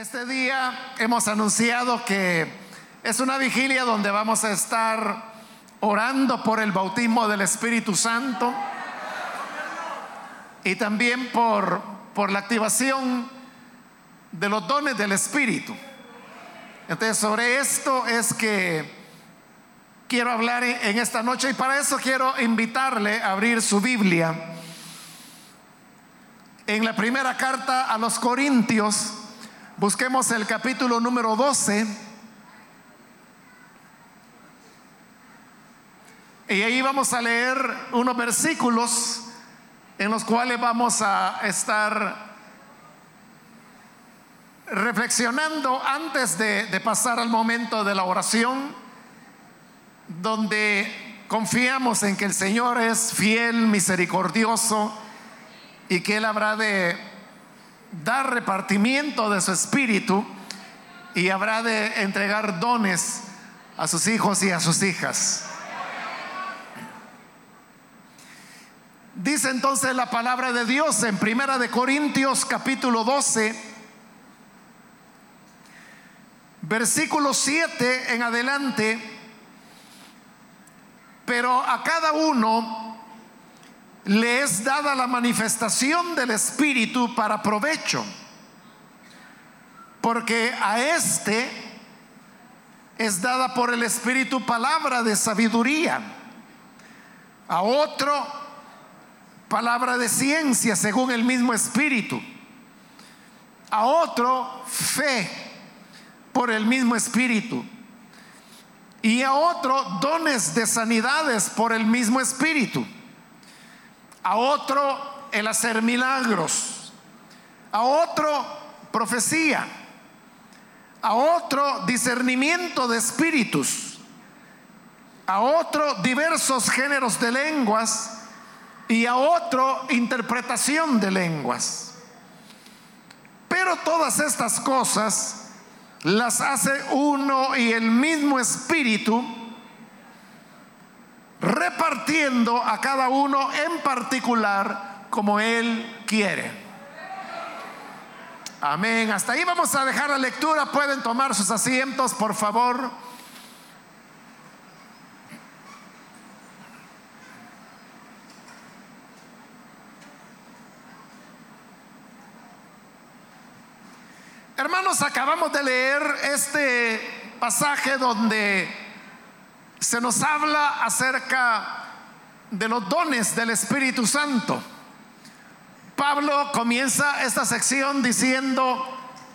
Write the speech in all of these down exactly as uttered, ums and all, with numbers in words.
Este día hemos anunciado que es una vigilia donde vamos a estar orando por el bautismo del Espíritu Santo y también por, por la activación de los dones del Espíritu. Entonces, sobre esto es que quiero hablar en esta noche, y para eso quiero invitarle a abrir su Biblia en la primera carta a los Corintios. Busquemos el capítulo número doce, y ahí vamos a leer unos versículos en los cuales vamos a estar reflexionando antes de, de pasar al momento de la oración, donde confiamos en que el Señor es fiel, misericordioso, y que Él habrá de dar repartimiento de su espíritu y habrá de entregar dones a sus hijos y a sus hijas. Dice entonces la palabra de Dios en Primera de Corintios capítulo doce, versículo siete en adelante: pero a cada uno le es dada la manifestación del Espíritu para provecho, porque a este es dada por el Espíritu palabra de sabiduría, a otro palabra de ciencia según el mismo Espíritu, a otro fe por el mismo Espíritu, y a otro dones de sanidades por el mismo Espíritu, a otro el hacer milagros, a otro profecía, a otro discernimiento de espíritus, a otro diversos géneros de lenguas, y a otro interpretación de lenguas. Pero todas estas cosas las hace uno y el mismo Espíritu, repartiendo a cada uno en particular como Él quiere. Amén. Hasta ahí vamos a dejar la lectura. Pueden tomar sus asientos, por favor. Hermanos, acabamos de leer este pasaje donde se nos habla acerca de los dones del Espíritu Santo. Pablo comienza esta sección diciendo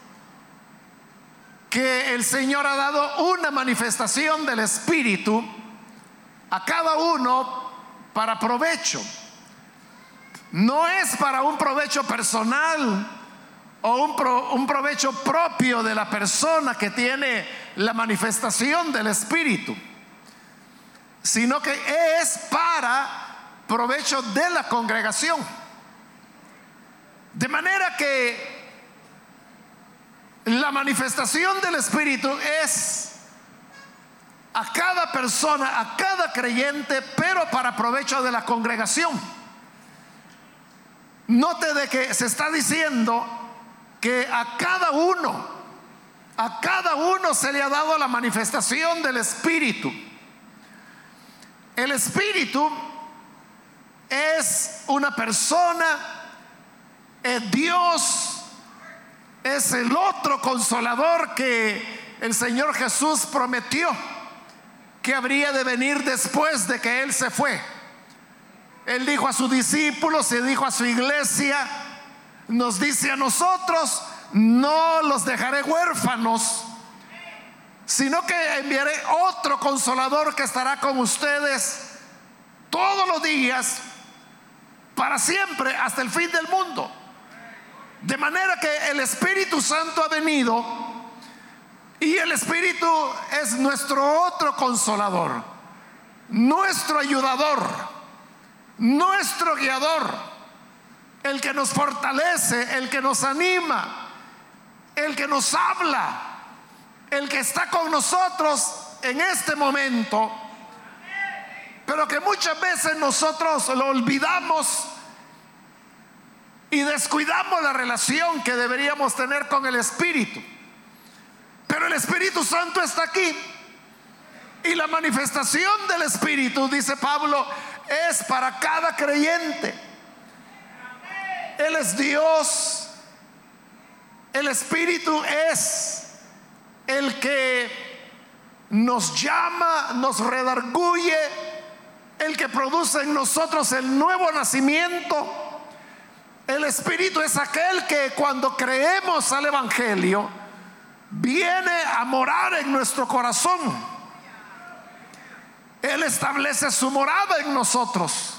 que el Señor ha dado una manifestación del Espíritu a cada uno para provecho. No es para un provecho personal o un, pro, un provecho propio de la persona que tiene la manifestación del Espíritu, sino que es para provecho de la congregación. De manera que la manifestación del Espíritu es a cada persona, a cada creyente, pero para provecho de la congregación. Note de que se está diciendo que a cada uno, a cada uno se le ha dado la manifestación del Espíritu. El Espíritu es una persona, es Dios, es el otro consolador que el Señor Jesús prometió que habría de venir después de que Él se fue. Él dijo a sus discípulos y dijo a su iglesia, nos dice a nosotros: no los dejaré huérfanos, sino que enviaré otro consolador que estará con ustedes todos los días para siempre, hasta el fin del mundo. De manera que el Espíritu Santo ha venido, y el Espíritu es nuestro otro consolador, nuestro ayudador, nuestro guiador, el que nos fortalece, el que nos anima, el que nos habla, el que está con nosotros en este momento, pero que muchas veces nosotros lo olvidamos y descuidamos la relación que deberíamos tener con el Espíritu. Pero el Espíritu Santo está aquí, y la manifestación del Espíritu, dice Pablo, es para cada creyente. Él es Dios. El Espíritu es el que nos llama, nos redarguye, el que produce en nosotros el nuevo nacimiento. El Espíritu es aquel que, cuando creemos al Evangelio, viene a morar en nuestro corazón. Él establece su morada en nosotros.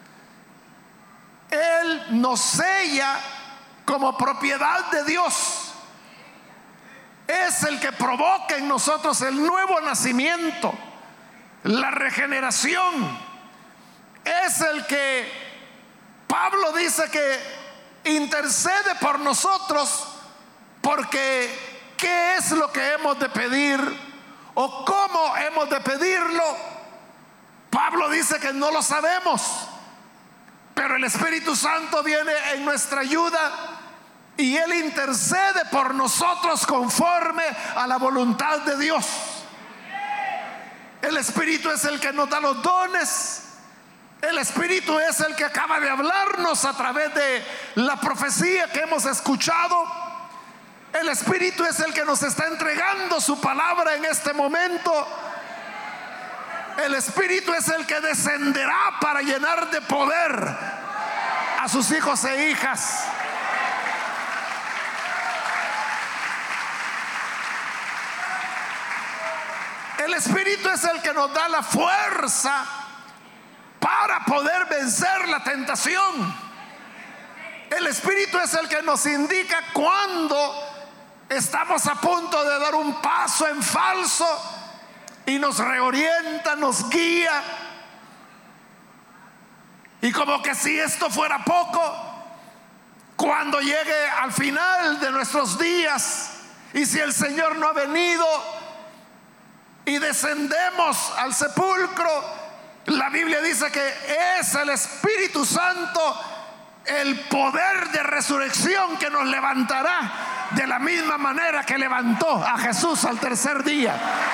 Él nos sella como propiedad de Dios. Es el que provoca en nosotros el nuevo nacimiento, la regeneración. Es el que Pablo dice que intercede por nosotros, porque ¿qué es lo que hemos de pedir o cómo hemos de pedirlo? Pablo dice que no lo sabemos, pero el Espíritu Santo viene en nuestra ayuda y Él intercede por nosotros conforme a la voluntad de Dios. El Espíritu es el que nos da los dones. El Espíritu es el que acaba de hablarnos a través de la profecía que hemos escuchado. El Espíritu es el que nos está entregando su palabra en este momento. El Espíritu es el que descenderá para llenar de poder a sus hijos e hijas. El Espíritu es el que nos da la fuerza para poder vencer la tentación. El Espíritu es el que nos indica cuando estamos a punto de dar un paso en falso y nos reorienta, nos guía. Y como que si esto fuera poco, cuando llegue al final de nuestros días, y si el Señor no ha venido y descendemos al sepulcro, la Biblia dice que es el Espíritu Santo el poder de resurrección que nos levantará de la misma manera que levantó a Jesús al tercer día.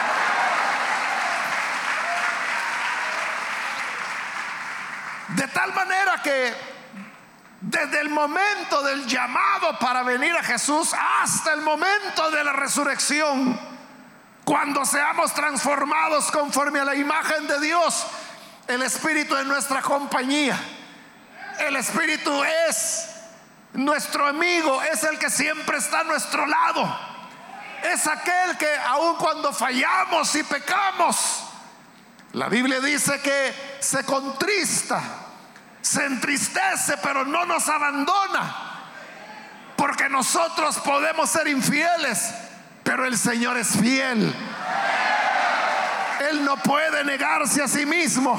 De tal manera que desde el momento del llamado para venir a Jesús hasta el momento de la resurrección, cuando seamos transformados conforme a la imagen de Dios, el Espíritu es nuestra compañía. El Espíritu es nuestro amigo, es el que siempre está a nuestro lado. Es aquel que aun cuando fallamos y pecamos, la Biblia dice que se contrista, se entristece, pero no nos abandona, porque nosotros podemos ser infieles, pero el Señor es fiel. Él no puede negarse a sí mismo.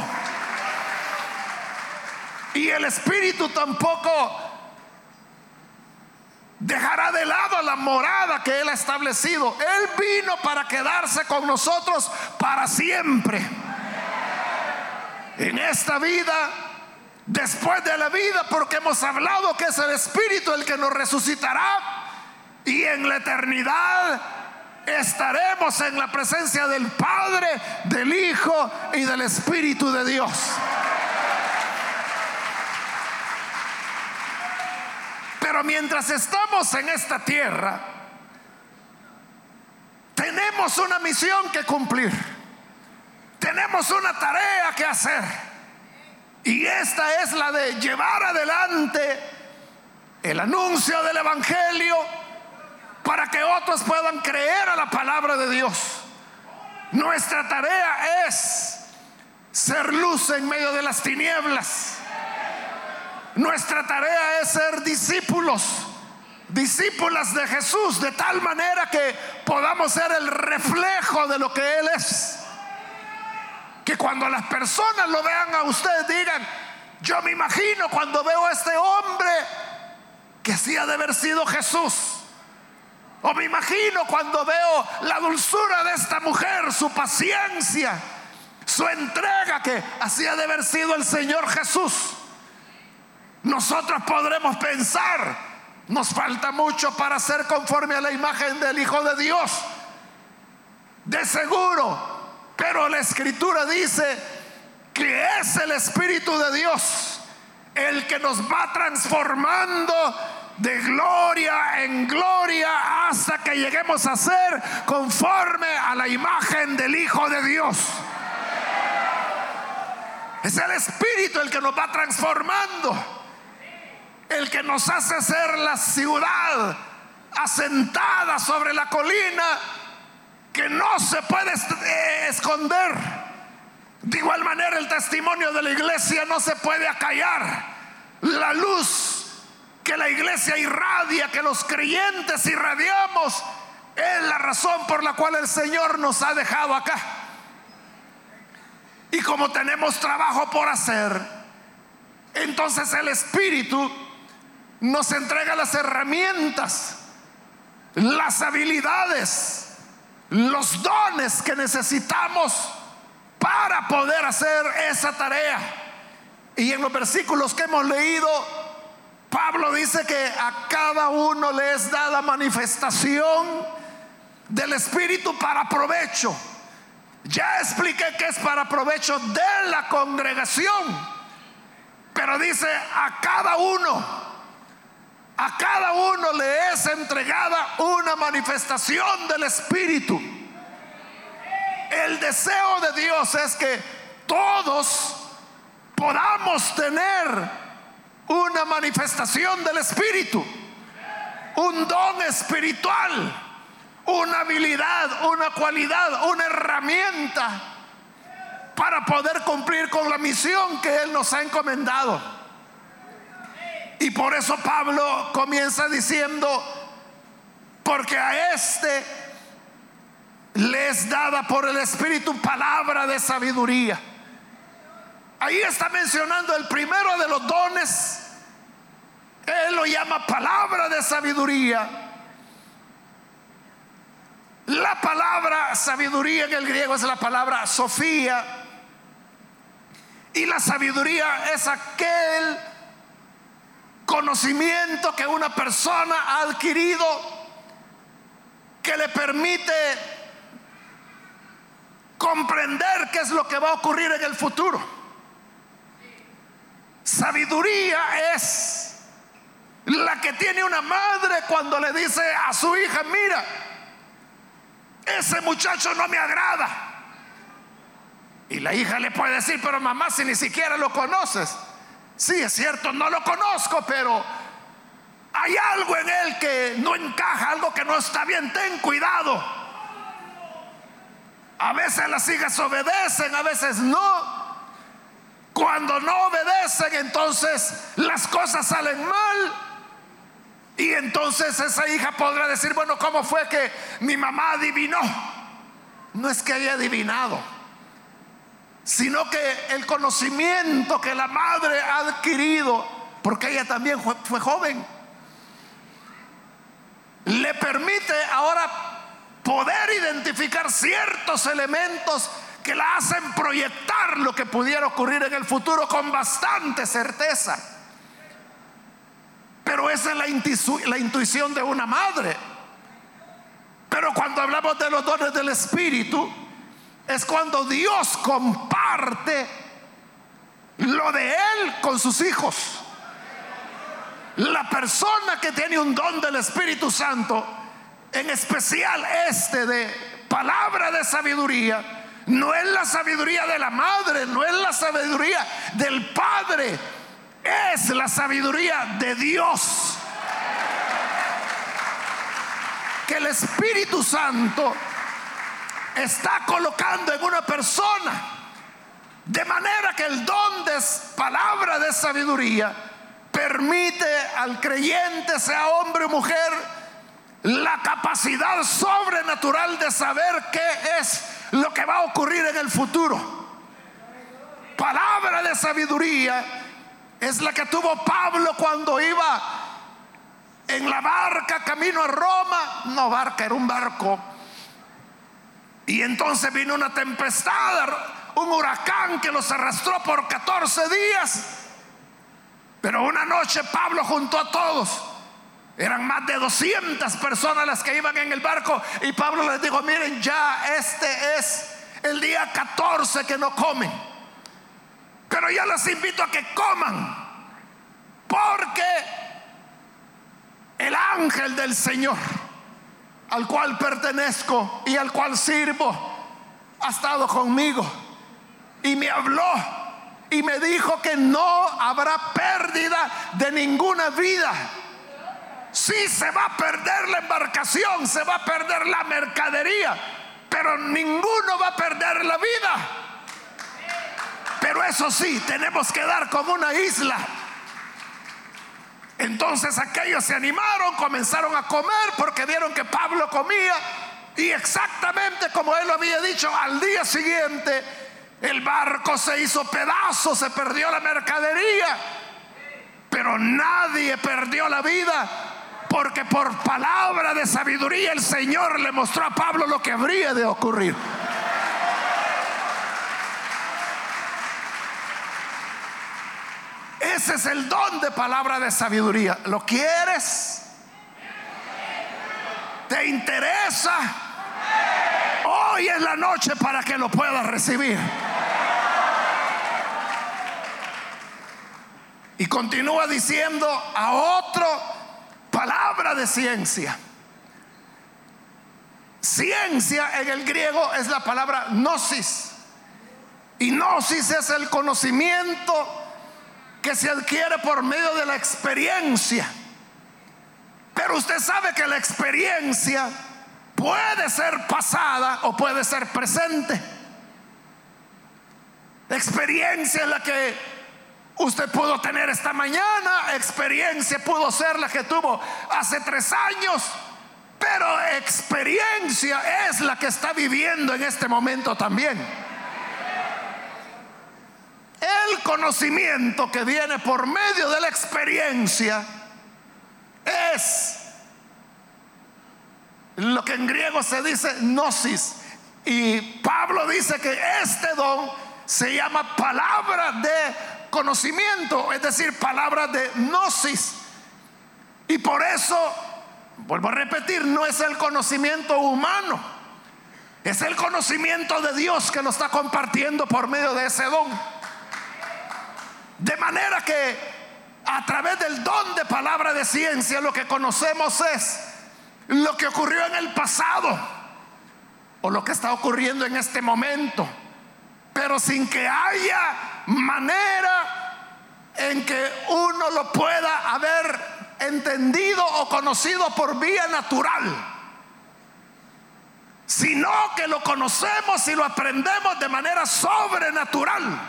Y el Espíritu tampoco dejará de lado la morada que Él ha establecido. Él vino para quedarse con nosotros para siempre. En esta vida, después de la vida, porque hemos hablado que es el Espíritu el que nos resucitará, y en la eternidad estaremos en la presencia del Padre, del Hijo y del Espíritu de Dios. Pero mientras estamos en esta tierra, tenemos una misión que cumplir, tenemos una tarea que hacer, y esta es la de llevar adelante el anuncio del Evangelio para que otros puedan creer a la palabra de Dios. Nuestra tarea es ser luz en medio de las tinieblas. Nuestra tarea es ser discípulos, discípulas de Jesús, de tal manera que podamos ser el reflejo de lo que Él es. Que cuando las personas lo vean a usted digan: yo me imagino cuando veo a este hombre que sí ha de haber sido Jesús. O me imagino cuando veo la dulzura de esta mujer, su paciencia, su entrega, que así ha de haber sido el Señor Jesús. nosotros podremos pensar: nos falta mucho para ser conforme a la imagen del Hijo de Dios. De seguro, pero la Escritura dice que es el Espíritu de Dios el que nos va transformando de gloria en gloria hasta que lleguemos a ser conforme a la imagen del Hijo de Dios. Es el Espíritu el que nos va transformando, el que nos hace ser la ciudad asentada sobre la colina que no se puede esconder. De igual manera, el testimonio de la iglesia no se puede acallar. La luz que la iglesia irradia, que los creyentes irradiamos, es la razón por la cual el Señor nos ha dejado acá. Y como tenemos trabajo por hacer, entonces el Espíritu nos entrega las herramientas, las habilidades, los dones que necesitamos para poder hacer esa tarea. Y en los versículos que hemos leído, Pablo dice que a cada uno le es dada manifestación del Espíritu para provecho. Ya expliqué que es para provecho de la congregación, pero dice a cada uno, a cada uno le es entregada una manifestación del Espíritu. El deseo de Dios es que todos podamos tener una manifestación del Espíritu, un don espiritual, una habilidad, una cualidad, una herramienta para poder cumplir con la misión que Él nos ha encomendado. Y por eso Pablo comienza diciendo: porque a este le es dada por el Espíritu palabra de sabiduría. Ahí está mencionando el primero de los dones. Él lo llama palabra de sabiduría. La palabra sabiduría en el griego es la palabra sofía, y la sabiduría es aquel conocimiento que una persona ha adquirido que le permite comprender qué es lo que va a ocurrir en el futuro. Sabiduría es la que tiene una madre cuando le dice a su hija: mira, ese muchacho no me agrada. Y la hija le puede decir: pero mamá, si ni siquiera lo conoces. Sí, es cierto, no lo conozco, pero hay algo en él que no encaja, algo que no está bien, ten cuidado. A veces las hijas obedecen, a veces no. Cuando no obedecen, entonces las cosas salen mal. Y entonces esa hija podrá decir: bueno, ¿cómo fue que mi mamá adivinó? No es que haya adivinado, sino que el conocimiento que la madre ha adquirido, porque ella también fue, fue joven, le permite ahora poder identificar ciertos elementos que la hacen proyectar lo que pudiera ocurrir en el futuro con bastante certeza. Pero esa es la, intu- la intuición de una madre. Pero cuando hablamos de los dones del Espíritu, es cuando Dios comparte lo de Él con sus hijos. La persona que tiene un don del Espíritu Santo, en especial este de palabra de sabiduría, no es la sabiduría de la madre, no es la sabiduría del padre, es la sabiduría de Dios, que el Espíritu Santo está colocando en una persona, de manera que el don de palabra de sabiduría permite al creyente, sea hombre o mujer, la capacidad sobrenatural de saber qué es lo que va a ocurrir en el futuro. Palabra de sabiduría es la que tuvo Pablo cuando iba en la barca camino a Roma. No barca, era un barco. Y entonces vino una tempestad, un huracán que los arrastró por catorce días. Pero una noche Pablo juntó a todos. Eran más de doscientas personas las que iban en el barco, y Pablo les dijo: miren, ya este es el día catorce que no comen, pero ya les invito a que coman, porque el ángel del Señor, al cual pertenezco y al cual sirvo, ha estado conmigo y me habló y me dijo que no habrá pérdida de ninguna vida. Sí, se va a perder la embarcación, se va a perder la mercadería, pero ninguno va a perder la vida. Pero eso sí, tenemos que dar como una isla. Entonces aquellos se animaron, comenzaron a comer porque vieron que Pablo comía, y exactamente como él lo había dicho, al día siguiente el barco se hizo pedazos, se perdió la mercadería, pero nadie perdió la vida, porque por palabra de sabiduría el Señor le mostró a Pablo lo que habría de ocurrir. Ese es el don de palabra de sabiduría. ¿Lo quieres? ¿Te interesa? Hoy es la noche para que lo puedas recibir. Y continúa diciendo a otro: palabra de ciencia. Ciencia en el griego es la palabra gnosis, y gnosis es el conocimiento que se adquiere por medio de la experiencia. Pero usted sabe que la experiencia puede ser pasada o puede ser presente. La experiencia es la que usted pudo tener esta mañana, experiencia pudo ser la que tuvo hace tres años, pero experiencia es la que está viviendo en este momento también. El conocimiento que viene por medio de la experiencia es lo que en griego se dice gnosis, y Pablo dice que este don se llama palabra de conocimiento, es decir, palabra de gnosis. Y por eso, vuelvo a repetir, no es el conocimiento humano, es el conocimiento de Dios que lo está compartiendo por medio de ese don. De manera que a través del don de palabra de ciencia lo que conocemos es lo que ocurrió en el pasado o lo que está ocurriendo en este momento, pero sin que haya manera en que uno lo pueda haber entendido o conocido por vía natural, sino que lo conocemos y lo aprendemos de manera sobrenatural.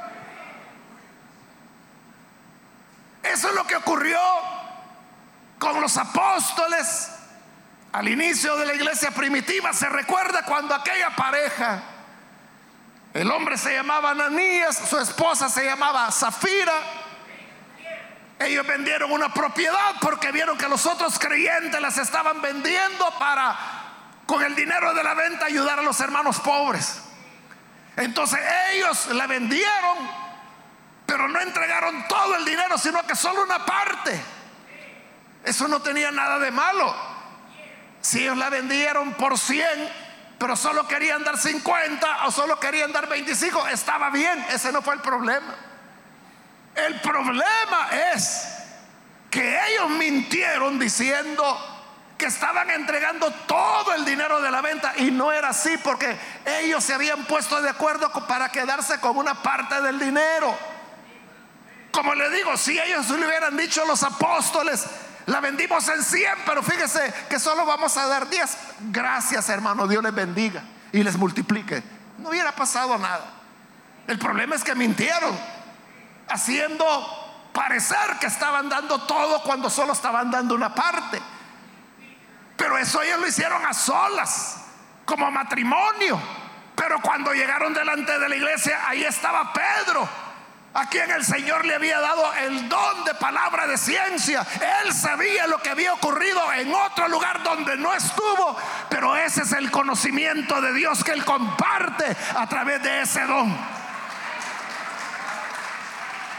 Eso es lo que ocurrió con los apóstoles al inicio de la iglesia primitiva. Se recuerda cuando aquella pareja, el hombre se llamaba Ananías, su esposa se llamaba Zafira, ellos vendieron una propiedad porque vieron que los otros creyentes las estaban vendiendo para, con el dinero de la venta, ayudar a los hermanos pobres. Entonces ellos la vendieron, pero no entregaron todo el dinero, sino que solo una parte. Eso no tenía nada de malo. Si ellos la vendieron por cien, pero solo querían dar cincuenta o solo querían dar veinticinco, estaba bien, ese no fue el problema. El problema es que ellos mintieron diciendo que estaban entregando todo el dinero de la venta, y no era así, porque ellos se habían puesto de acuerdo para quedarse con una parte del dinero. Como le digo, si ellos le hubieran dicho a los apóstoles: la vendimos en cien, pero fíjese que solo vamos a dar diez, gracias hermano, Dios les bendiga y les multiplique, no hubiera pasado nada. El problema es que mintieron, haciendo parecer que estaban dando todo cuando solo estaban dando una parte. Pero eso ellos lo hicieron a solas, como matrimonio. Pero cuando llegaron delante de la iglesia, ahí estaba Pedro, a quien el Señor le había dado el don de palabra de ciencia. Él sabía lo que había ocurrido en otro lugar donde no estuvo, pero ese es el conocimiento de Dios que Él comparte a través de ese don.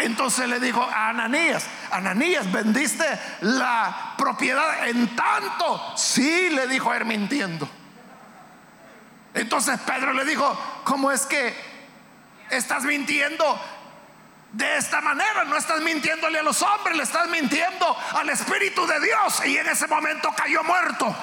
Entonces le dijo a Ananías: Ananías, ¿vendiste la propiedad en tanto? Sí, le dijo él, mintiendo. Entonces Pedro le dijo: ¿cómo es que estás mintiendo de esta manera? No estás mintiéndole a los hombres, le estás mintiendo al Espíritu de Dios. Y en ese momento cayó muerto.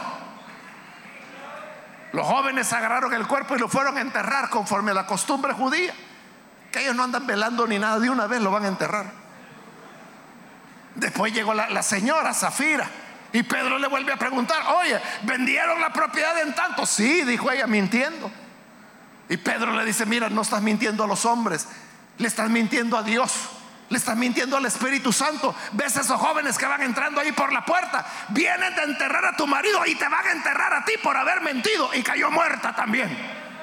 Los jóvenes agarraron el cuerpo y lo fueron a enterrar conforme a la costumbre judía, que ellos no andan velando ni nada, de una vez lo van a enterrar. Después llegó la, la señora Zafira, y Pedro le vuelve a preguntar: oye, ¿vendieron la propiedad en tanto? Sí, dijo ella, mintiendo. Y Pedro le dice: mira, no estás mintiendo a los hombres, le estás mintiendo a Dios, le estás mintiendo al Espíritu Santo. ¿Ves esos jóvenes que van entrando ahí por la puerta? Vienen de enterrar a tu marido y te van a enterrar a ti por haber mentido. Y cayó muerta también.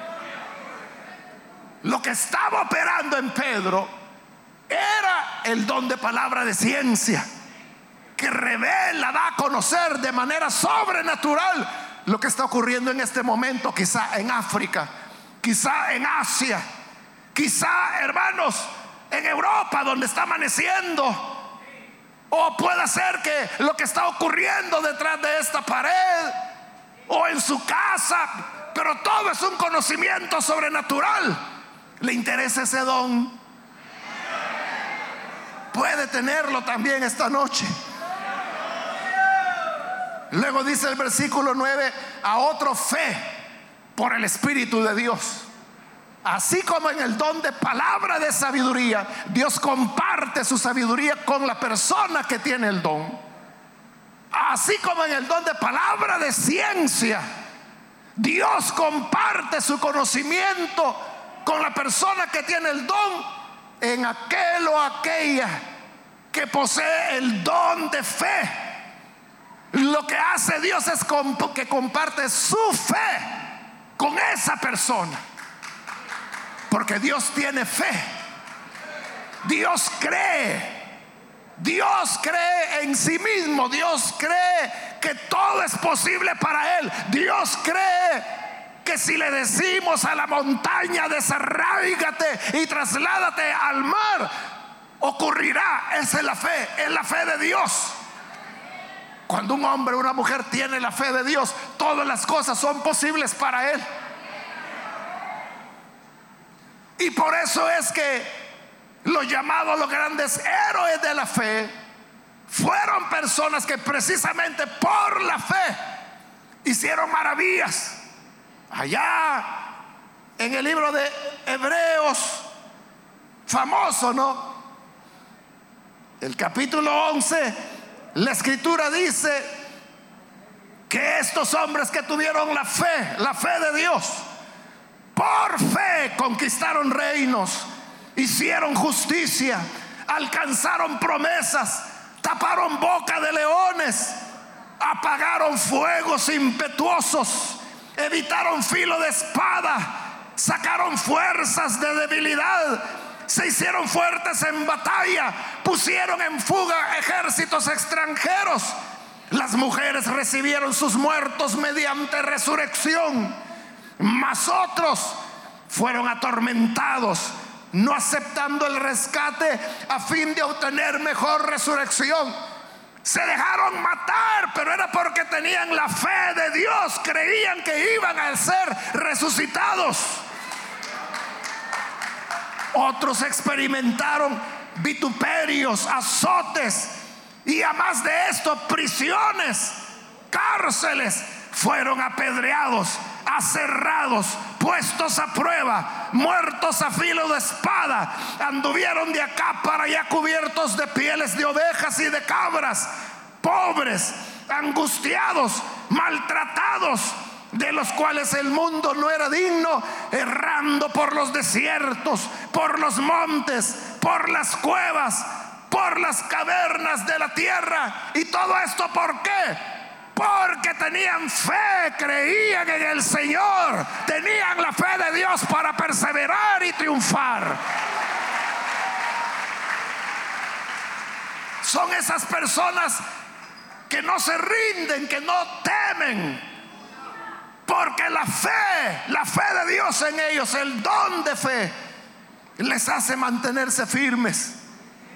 Lo que estaba operando en Pedro era el don de palabra de ciencia, que revela, da a conocer de manera sobrenatural lo que está ocurriendo en este momento, quizá en África, quizá en Asia, quizá, hermanos, en Europa, donde está amaneciendo. O puede ser que lo que está ocurriendo detrás de esta pared, o en su casa. Pero todo es un conocimiento sobrenatural. ¿Le interesa ese don? Puede tenerlo también esta noche. Luego dice el versículo nueve: a otro fe por el Espíritu de Dios. Así como en el don de palabra de sabiduría, Dios comparte su sabiduría con la persona que tiene el don. Así como en el don de palabra de ciencia, Dios comparte su conocimiento con la persona que tiene el don, en aquel o aquella que posee el don de fe. Lo que hace Dios es que comparte su fe con esa persona, porque Dios tiene fe. Dios cree. Dios cree en sí mismo. Dios cree que todo es posible para Él. Dios cree que si le decimos a la montaña: desarráigate y trasládate al mar, ocurrirá. Esa es la fe, es la fe de Dios. Cuando un hombre o una mujer tiene la fe de Dios, todas las cosas son posibles para él. Y por eso es que los llamados, los grandes héroes de la fe, fueron personas que precisamente por la fe hicieron maravillas. Allá en el libro de Hebreos, famoso, ¿no? El capítulo once, la escritura dice que estos hombres que tuvieron la fe, la fe de Dios, por fe conquistaron reinos, hicieron justicia, alcanzaron promesas, taparon boca de leones, apagaron fuegos impetuosos, evitaron filo de espada, sacaron fuerzas de debilidad, se hicieron fuertes en batalla, pusieron en fuga ejércitos extranjeros. Las mujeres recibieron sus muertos mediante resurrección, mas otros fueron atormentados, no aceptando el rescate a fin de obtener mejor resurrección. Se dejaron matar, pero era porque tenían la fe de Dios, creían que iban a ser resucitados. Otros experimentaron vituperios, azotes, y a más de esto, prisiones, cárceles. Fueron apedreados, aserrados, puestos a prueba, muertos a filo de espada. Anduvieron de acá para allá cubiertos de pieles de ovejas y de cabras, pobres, angustiados, maltratados, de los cuales el mundo no era digno, errando por los desiertos, por los montes, por las cuevas, por las cavernas de la tierra. ¿Y todo esto por qué? Porque tenían fe, creían en el Señor, tenían la fe de Dios para perseverar y triunfar. Son esas personas que no se rinden, que no temen, porque la fe, la fe de Dios en ellos, el don de fe, les hace mantenerse firmes.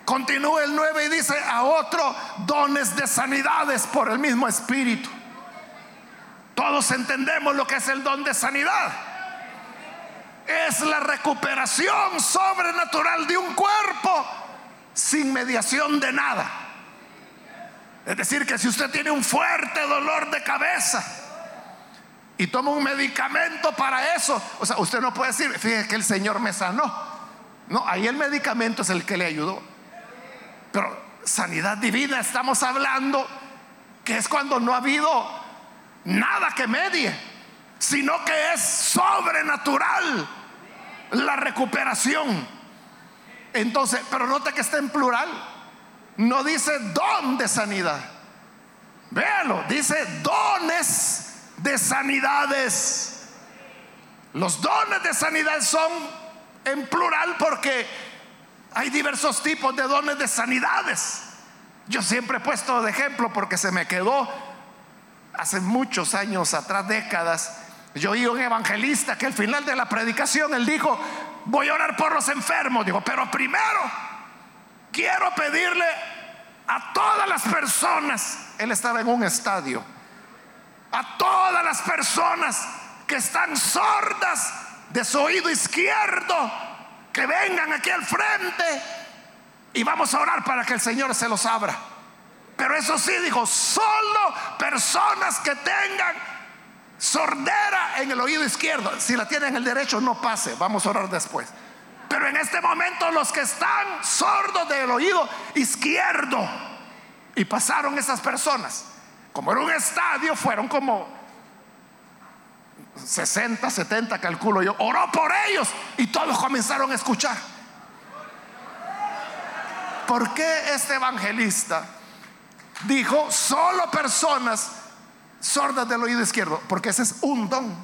Continúa el nueve y dice: a otro dones de sanidades por el mismo Espíritu. Todos entendemos lo que es el don de sanidad. Es la recuperación sobrenatural de un cuerpo sin mediación de nada. Es decir, que si usted tiene un fuerte dolor de cabeza y toma un medicamento para eso, o sea, usted no puede decir: fíjese que el Señor me sanó. No, ahí el medicamento es el que le ayudó. Pero sanidad divina estamos hablando que es cuando no ha habido nada que medie, sino que es sobrenatural la recuperación. Entonces, pero note que está en plural. No dice don de sanidad. Véalo, dice dones de sanidades. Los dones de sanidad son en plural porque hay diversos tipos de dones de sanidades. Yo siempre he puesto de ejemplo porque se me quedó hace muchos años atrás, décadas. Yo oí un evangelista que al final de la predicación él dijo: voy a orar por los enfermos. Digo, pero primero quiero pedirle a todas las personas, él estaba en un estadio, a todas las personas que están sordas de su oído izquierdo, que vengan aquí al frente y vamos a orar para que el Señor se los abra. Pero eso sí, dijo, solo personas que tengan sordera en el oído izquierdo. Si la tienen en el derecho, no pase, vamos a orar después. Pero en este momento los que están sordos del oído izquierdo. Y pasaron esas personas. Como era un estadio, fueron como sesenta, setenta, calculo yo. Oró por ellos y todos comenzaron a escuchar. ¿Por qué este evangelista dijo solo personas sordas del oído izquierdo? Porque ese es un don.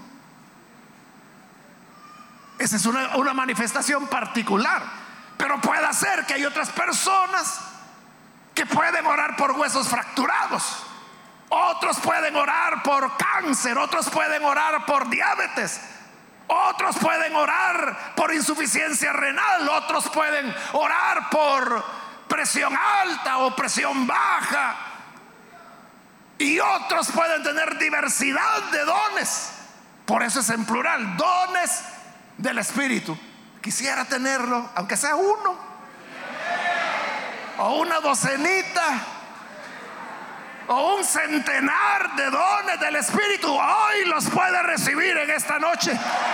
Esa es una, una manifestación particular. Pero puede ser que hay otras personas que pueden orar por huesos fracturados. Otros pueden orar por cáncer. Otros pueden orar por diabetes. Otros pueden orar por insuficiencia renal. Otros pueden orar por presión alta o presión baja. Y otros pueden tener diversidad de dones. Por eso es en plural, dones del Espíritu. Quisiera tenerlo, aunque sea uno o una docenita o un centenar de dones del Espíritu. Hoy los puede recibir en esta noche.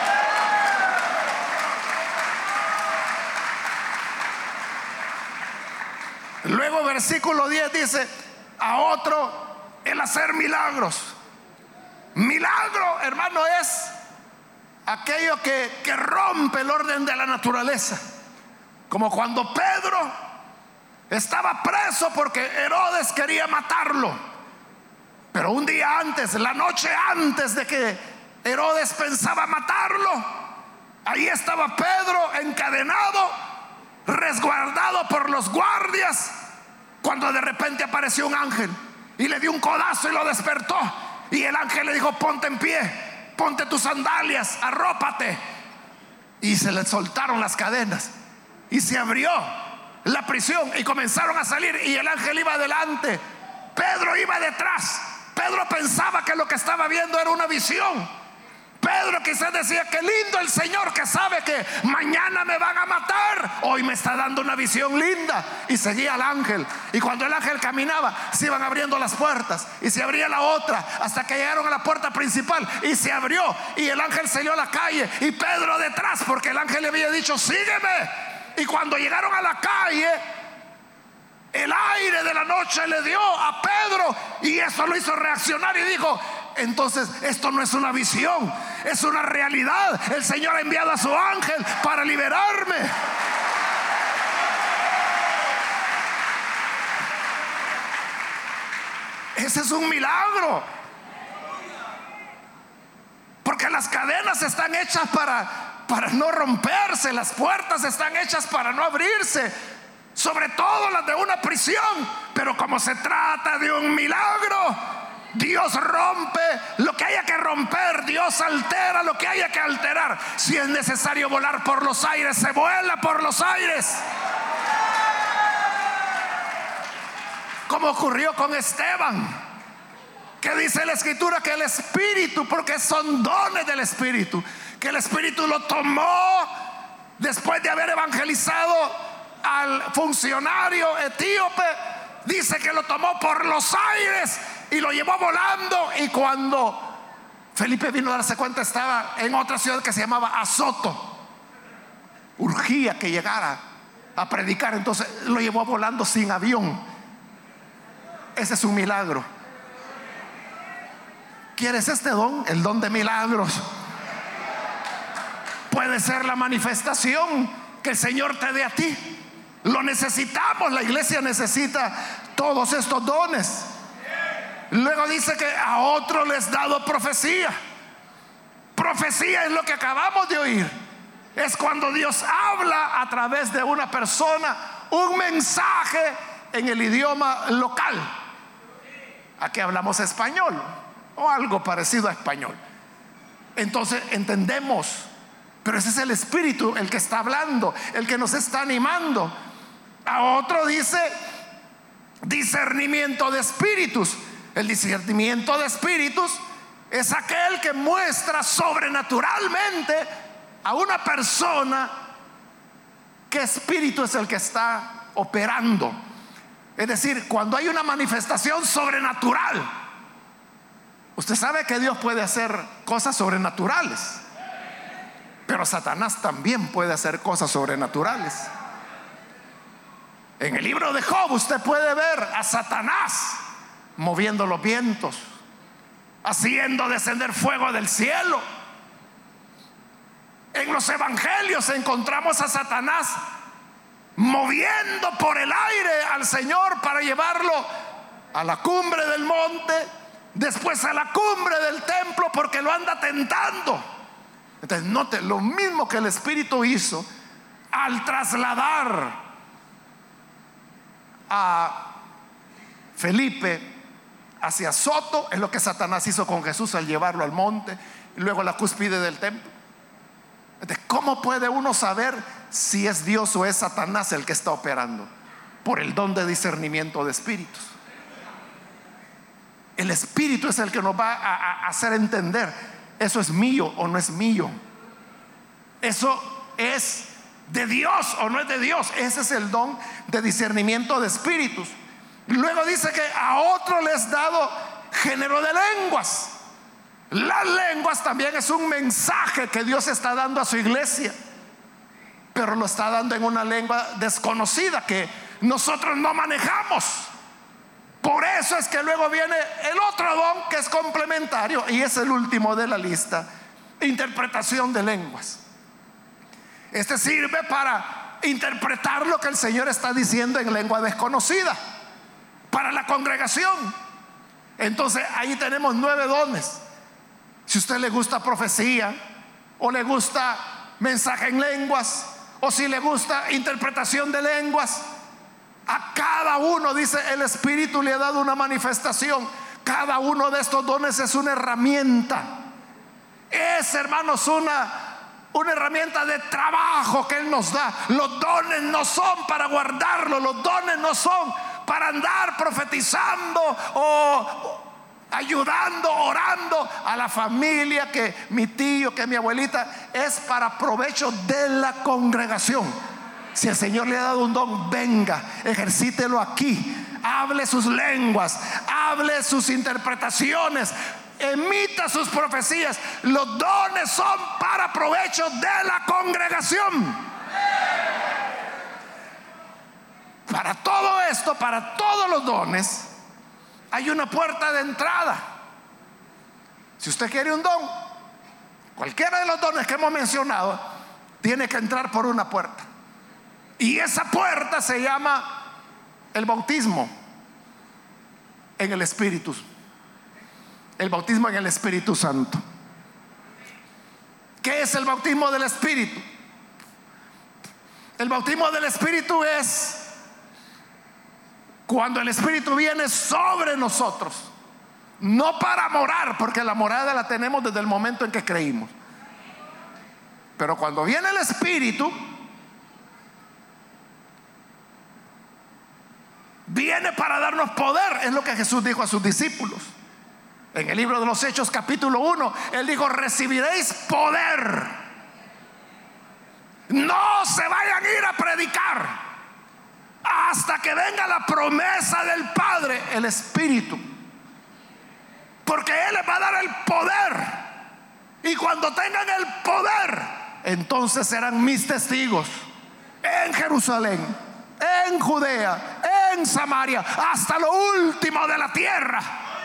Luego versículo diez dice: a otro el hacer milagros. Milagro, hermano, es aquello que, que rompe el orden de la naturaleza. Como cuando Pedro estaba preso porque Herodes quería matarlo. Pero un día antes, la noche antes de que Herodes pensaba matarlo, ahí estaba Pedro encadenado, resguardado por los guardias, cuando de repente apareció un ángel y le dio un codazo y lo despertó. Y el ángel le dijo: ponte en pie, ponte tus sandalias, arrópate. Y se le soltaron las cadenas y se abrió la prisión y comenzaron a salir. Y el ángel iba adelante, Pedro iba detrás. Pedro pensaba que lo que estaba viendo era una visión. Pedro quizás decía: qué lindo el Señor, que sabe que mañana me van a matar, hoy me está dando una visión linda. Y seguía al ángel. Y cuando el ángel caminaba, se iban abriendo las puertas y se abría la otra, hasta que llegaron a la puerta principal y se abrió. Y el ángel salió a la calle y Pedro detrás, porque el ángel le había dicho: sígueme. Y cuando llegaron a la calle, el aire de la noche le dio a Pedro y eso lo hizo reaccionar y dijo: entonces esto no es una visión, es una realidad. El Señor ha enviado a su ángel para liberarme. Ese es un milagro, porque las cadenas están hechas para, para no romperse, las puertas están hechas para no abrirse, sobre todo las de una prisión. Pero como se trata de un milagro, Dios rompe lo que haya que romper, Dios altera lo que haya que alterar. Si es necesario volar por los aires, se vuela por los aires. como ocurrió con Esteban, que dice la escritura que el Espíritu, porque son dones del Espíritu, que el Espíritu lo tomó después de haber evangelizado al funcionario etíope. Dice que lo tomó por los aires y lo llevó volando, y cuando Felipe vino a darse cuenta estaba en otra ciudad que se llamaba Azoto. Urgía que llegara a predicar, entonces lo llevó volando sin avión. Ese es un milagro. ¿Quieres este don? El don de milagros. Puede ser la manifestación que el Señor te dé a ti. Lo necesitamos, la iglesia necesita todos estos dones. Luego dice que a otros les dado profecía. Profecía es lo que acabamos de oír. Es cuando Dios habla a través de una persona un mensaje en el idioma local. Aquí hablamos español o algo parecido a español. Entonces entendemos, pero ese es el Espíritu el que está hablando, el que nos está animando. A otro dice discernimiento de espíritus. El discernimiento de espíritus es aquel que muestra sobrenaturalmente a una persona qué espíritu es el que está operando. Es decir, cuando hay una manifestación sobrenatural, usted sabe que Dios puede hacer cosas sobrenaturales, pero Satanás también puede hacer cosas sobrenaturales. En el libro de Job usted puede ver a Satanás moviendo los vientos, haciendo descender fuego del cielo. En los evangelios encontramos a Satanás moviendo por el aire al Señor para llevarlo a la cumbre del monte, después a la cumbre del templo, porque lo anda tentando. Entonces note, lo mismo que el Espíritu hizo al trasladar a Felipe hacia Azoto, es lo que Satanás hizo con Jesús al llevarlo al monte y luego a la cúspide del templo. Entonces, ¿cómo puede uno saber si es Dios o es Satanás el que está operando? Por el don de discernimiento de espíritus. El Espíritu es el que nos va a, a hacer entender eso es mío o no es mío, eso es de Dios o no es de Dios. Ese es el don de discernimiento de espíritus. Luego dice que a otro les es dado género de lenguas. Las lenguas también es un mensaje que Dios está dando a su iglesia, pero lo está dando en una lengua desconocida que nosotros no manejamos. Por eso es que luego viene el otro don que es complementario y es el último de la lista: interpretación de lenguas. Este sirve para interpretar lo que el Señor está diciendo en lengua desconocida para la congregación. Entonces ahí tenemos nueve dones. Si a usted le gusta profecía, o le gusta mensaje en lenguas, o si le gusta interpretación de lenguas, a cada uno, dice, el Espíritu le ha dado una manifestación. Cada uno de estos dones es una herramienta. Es, hermanos, una, una herramienta de trabajo que Él nos da. Los dones no son para guardarlo, los dones no son para andar profetizando o ayudando, orando a la familia, que mi tío, que mi abuelita. Es para provecho de la congregación. Si el Señor le ha dado un don, venga, ejercítelo aquí. Hable sus lenguas, hable sus interpretaciones, emita sus profecías. Los dones son para provecho de la congregación. Para todo esto, para todos los dones, hay una puerta de entrada. Si usted quiere un don, cualquiera de los dones que hemos mencionado, tiene que entrar por una puerta. Y esa puerta se llama el bautismo en el Espíritu. El bautismo en el Espíritu Santo. ¿Qué es el bautismo del Espíritu? El bautismo del Espíritu es cuando el Espíritu viene sobre nosotros, no para morar, porque la morada la tenemos desde el momento en que creímos. Pero cuando viene el Espíritu, viene para darnos poder. Es lo que Jesús dijo a sus discípulos. En el libro de los Hechos capítulo uno, Él dijo: recibiréis poder. No se vayan a ir a predicar hasta que venga la promesa del Padre, el Espíritu, porque Él les va a dar el poder. Y cuando tengan el poder, entonces serán mis testigos en Jerusalén, en Judea, en Samaria, hasta lo último de la tierra.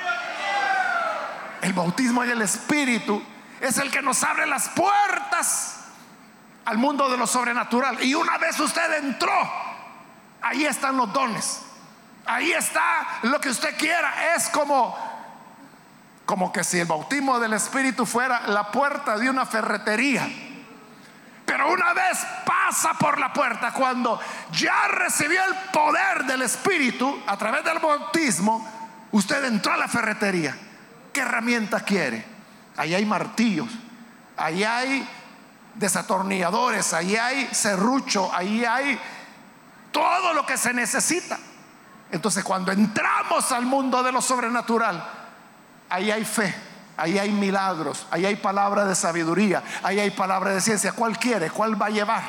El bautismo en el Espíritu es el que nos abre las puertas al mundo de lo sobrenatural. Y una vez usted entró, ahí están los dones, ahí está lo que usted quiera. Es como, como que si el bautismo del Espíritu fuera la puerta de una ferretería. Pero una vez pasa por la puerta, cuando ya recibió el poder del Espíritu a través del bautismo, usted entró a la ferretería. ¿Qué herramientas quiere? Ahí hay martillos, ahí hay desatornilladores, ahí hay serrucho, ahí hay todo lo que se necesita. Entonces, cuando entramos al mundo de lo sobrenatural, ahí hay fe, ahí hay milagros, ahí hay palabra de sabiduría, ahí hay palabra de ciencia. ¿Cuál quiere? ¿Cuál va a llevar?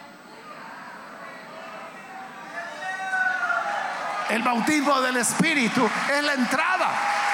El bautismo del Espíritu es la entrada.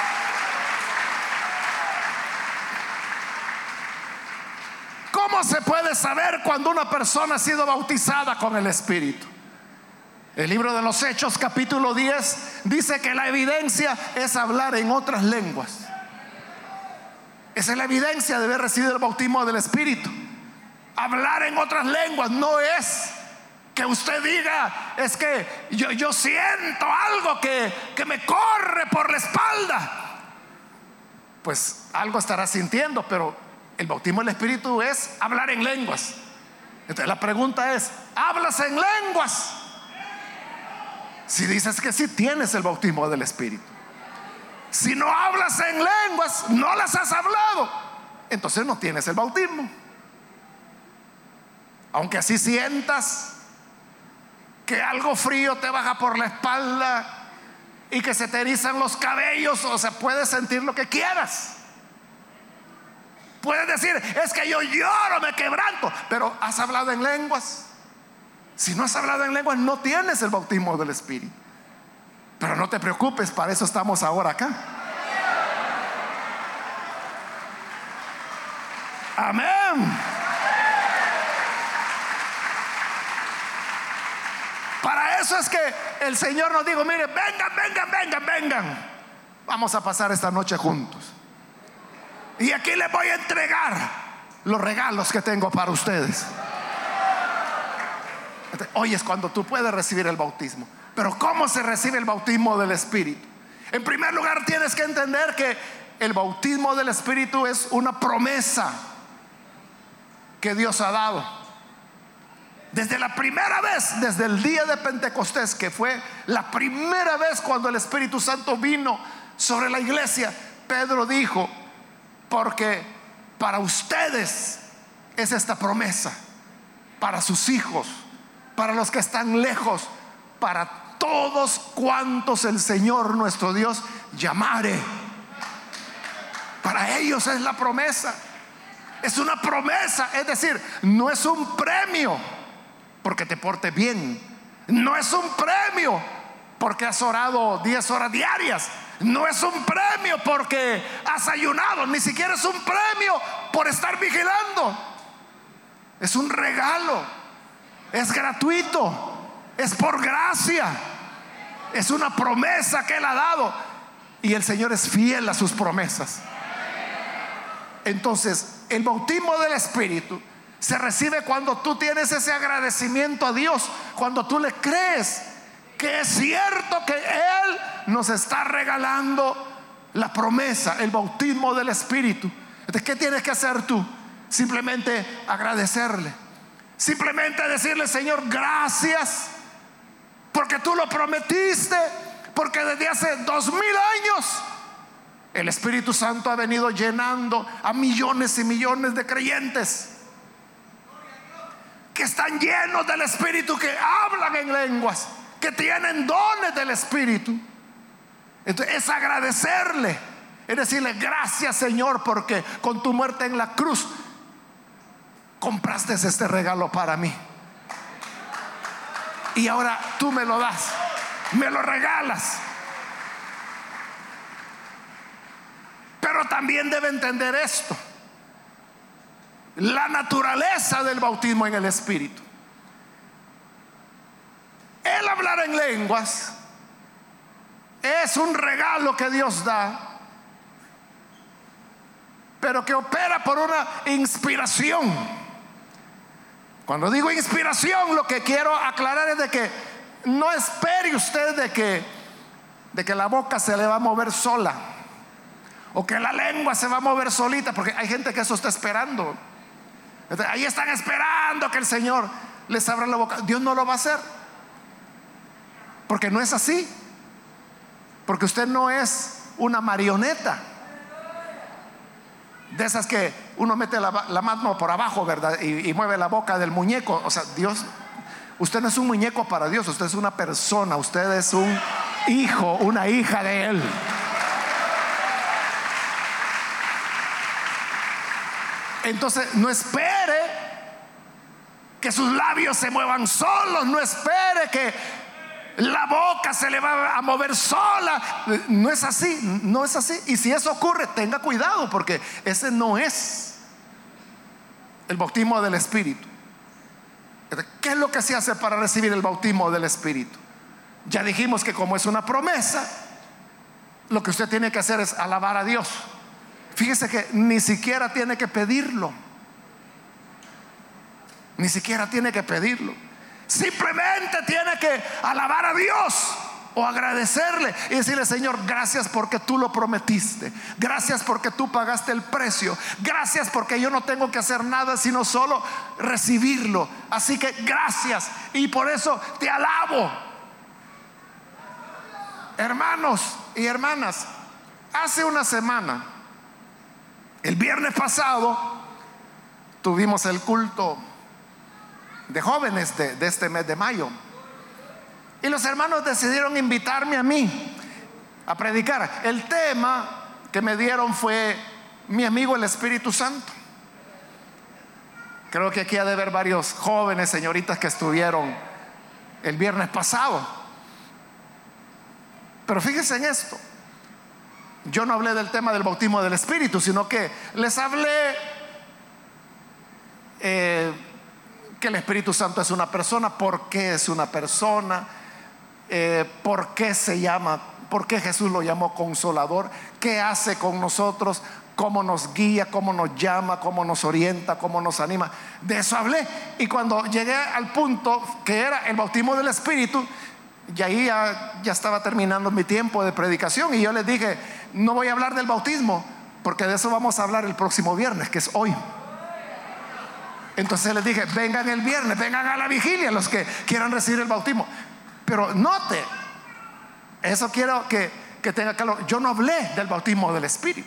¿Cómo se puede saber cuando una persona ha sido bautizada con el Espíritu? El libro de los Hechos capítulo diez dice que la evidencia es hablar en otras lenguas. Esa es la evidencia de haber recibido el bautismo del Espíritu. Hablar en otras lenguas no es que usted diga: es que yo, yo siento algo que, que me corre por la espalda. Pues algo estará sintiendo, pero el bautismo del Espíritu es hablar en lenguas. Entonces la pregunta es: ¿hablas en lenguas? Si dices que sí, tienes el bautismo del Espíritu. Si no hablas en lenguas, no las has hablado, entonces no tienes el bautismo. Aunque así sientas que algo frío te baja por la espalda y que se te erizan los cabellos, o sea, puedes sentir lo que quieras. Puedes decir: es que yo lloro, me quebranto, pero ¿has hablado en lenguas? Si no has hablado en lenguas, no tienes el bautismo del Espíritu. Pero no te preocupes, para eso estamos ahora acá. Amén. Para eso es que el Señor nos dijo: mire, vengan, vengan, vengan, vengan, vamos a pasar esta noche juntos. Y aquí les voy a entregar los regalos que tengo para ustedes. Hoy es cuando tú puedes recibir el bautismo. Pero ¿cómo se recibe el bautismo del Espíritu? En primer lugar, tienes que entender que el bautismo del Espíritu es una promesa que Dios ha dado. Desde la primera vez, desde el día de Pentecostés, que fue la primera vez cuando el Espíritu Santo vino sobre la iglesia, Pedro dijo: porque para ustedes es esta promesa, para sus hijos, para los que están lejos, para todos cuantos el Señor nuestro Dios llamare. Para ellos es la promesa. Es una promesa, es decir, no es un premio porque te portes bien, no es un premio porque has orado diez horas diarias, no es un premio porque has ayunado, ni siquiera es un premio por estar vigilando. Es un regalo, es gratuito, es por gracia, es una promesa que Él ha dado, y el Señor es fiel a sus promesas. Entonces, el bautismo del Espíritu se recibe cuando tú tienes ese agradecimiento a Dios, cuando tú le crees que es cierto que Él nos está regalando la promesa, el bautismo del Espíritu. Entonces, ¿qué tienes que hacer tú? Simplemente agradecerle, simplemente decirle: Señor, gracias, porque tú lo prometiste, porque desde hace dos mil años el Espíritu Santo ha venido llenando a millones y millones de creyentes que están llenos del Espíritu, que hablan en lenguas, que tienen dones del Espíritu. Entonces es agradecerle, es decirle: gracias, Señor, porque con tu muerte en la cruz compraste este regalo para mí, y ahora tú me lo das, me lo regalas. Pero también debe entender esto: la naturaleza del bautismo en el Espíritu. El hablar en lenguas es un regalo que Dios da, pero que opera por una inspiración. Cuando digo inspiración, lo que quiero aclarar es de que no espere usted de que, de que la boca se le va a mover sola, o que la lengua se va a mover solita, porque hay gente que eso está esperando. Entonces, ahí están esperando que el Señor les abra la boca. Dios no lo va a hacer, porque no es así. Porque usted no es una marioneta de esas que uno mete la, la mano por abajo, ¿verdad? Y, y mueve la boca del muñeco. O sea, Dios, usted no es un muñeco para Dios. Usted es una persona, usted es un hijo, una hija de Él. Entonces, no espere que sus labios se muevan solos. No espere que la boca se le va a mover sola. No es así, no es así. Y si eso ocurre, tenga cuidado, porque ese no es el bautismo del Espíritu. ¿Qué es lo que se hace para recibir el bautismo del Espíritu? Ya dijimos que como es una promesa, lo que usted tiene que hacer es alabar a Dios. Fíjese que ni siquiera tiene que pedirlo. Ni siquiera tiene que pedirlo. Simplemente tiene que alabar a Dios o agradecerle y decirle: Señor, gracias porque tú lo prometiste, gracias porque tú pagaste el precio, gracias porque yo no tengo que hacer nada sino solo recibirlo, así que gracias, y por eso te alabo. Hermanos y hermanas, hace una semana, el viernes pasado, tuvimos el culto de jóvenes de, de este mes de mayo, y los hermanos decidieron invitarme a mí a predicar. El tema que me dieron fue: mi amigo el Espíritu Santo. Creo que aquí ha de haber varios jóvenes, señoritas, que estuvieron el viernes pasado. Pero fíjense en esto: yo no hablé del tema del bautismo del Espíritu, sino que les hablé eh, que el Espíritu Santo es una persona. ¿Por qué es una persona? Eh, ¿Por qué se llama? ¿Por qué Jesús lo llamó Consolador? ¿Qué hace con nosotros? ¿Cómo nos guía? ¿Cómo nos llama? ¿Cómo nos orienta? ¿Cómo nos anima? De eso hablé. Y cuando llegué al punto que era el bautismo del Espíritu, y ahí ya, ya estaba terminando mi tiempo de predicación, y yo les dije: no voy a hablar del bautismo, porque de eso vamos a hablar el próximo viernes, que es hoy. Entonces les dije: vengan el viernes, vengan a la vigilia los que quieran recibir el bautismo. Pero note, eso quiero que, que tenga claro: yo no hablé del bautismo del Espíritu.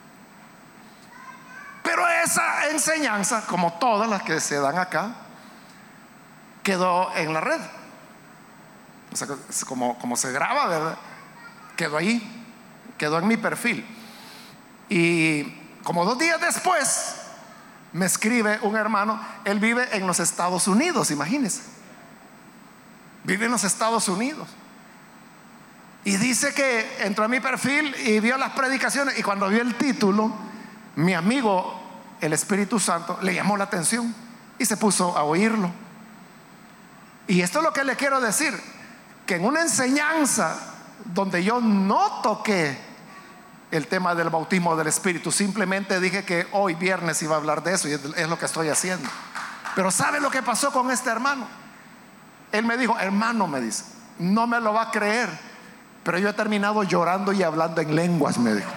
Pero esa enseñanza, como todas las que se dan acá, quedó en la red. O sea, como, como se graba, ¿verdad? Quedó ahí, quedó en mi perfil. Y como dos días después me escribe un hermano. Él vive en los Estados Unidos, imagínense. Vive en los Estados Unidos. Y dice que entró a mi perfil y vio las predicaciones, y cuando vio el título, mi amigo el Espíritu Santo, le llamó la atención y se puso a oírlo. Y esto es lo que le quiero decir: que en una enseñanza donde yo no toqué el tema del bautismo del Espíritu, simplemente dije que hoy viernes iba a hablar de eso, y es lo que estoy haciendo. Pero ¿sabe lo que pasó con este hermano? Él me dijo: hermano, me dice, no me lo va a creer, pero yo he terminado llorando y hablando en lenguas, me dijo.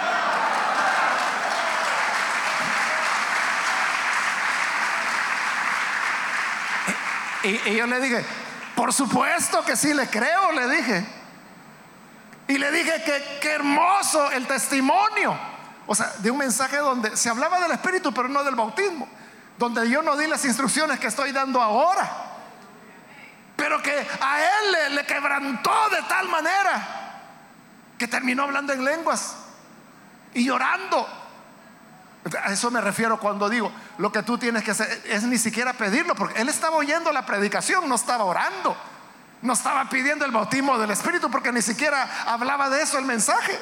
Y, y yo le dije: por supuesto que sí le creo, le dije. Y le dije que qué hermoso el testimonio, o sea, de un mensaje donde se hablaba del Espíritu, pero no del bautismo, donde yo no di las instrucciones que estoy dando ahora. pero que a él le, le quebrantó de tal manera que terminó hablando en lenguas y llorando. A eso me refiero cuando digo, lo que tú tienes que hacer es ni siquiera pedirlo, porque él estaba oyendo la predicación, no estaba orando, no estaba pidiendo el bautismo del Espíritu, porque ni siquiera hablaba de eso el mensaje.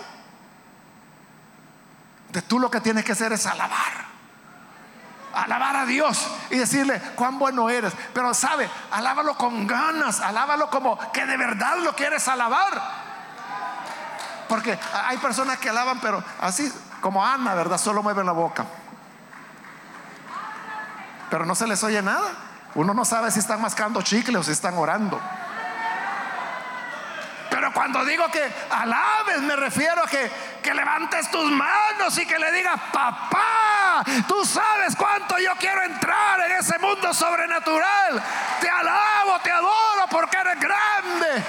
De tú lo que tienes que hacer es alabar, alabar a Dios y decirle cuán bueno eres. Pero sabe, alábalo con ganas, alábalo como que de verdad lo quieres alabar. Porque hay personas que alaban, pero así como Ana, ¿verdad? Solo mueven la boca, pero no se les oye nada. Uno no sabe si están mascando chicle o si están orando. Pero cuando digo que alabes, me refiero a que, que levantes tus manos y que le digas: papá, tú sabes cuánto yo quiero entrar en ese mundo sobrenatural. Te alabo, te adoro porque eres grande.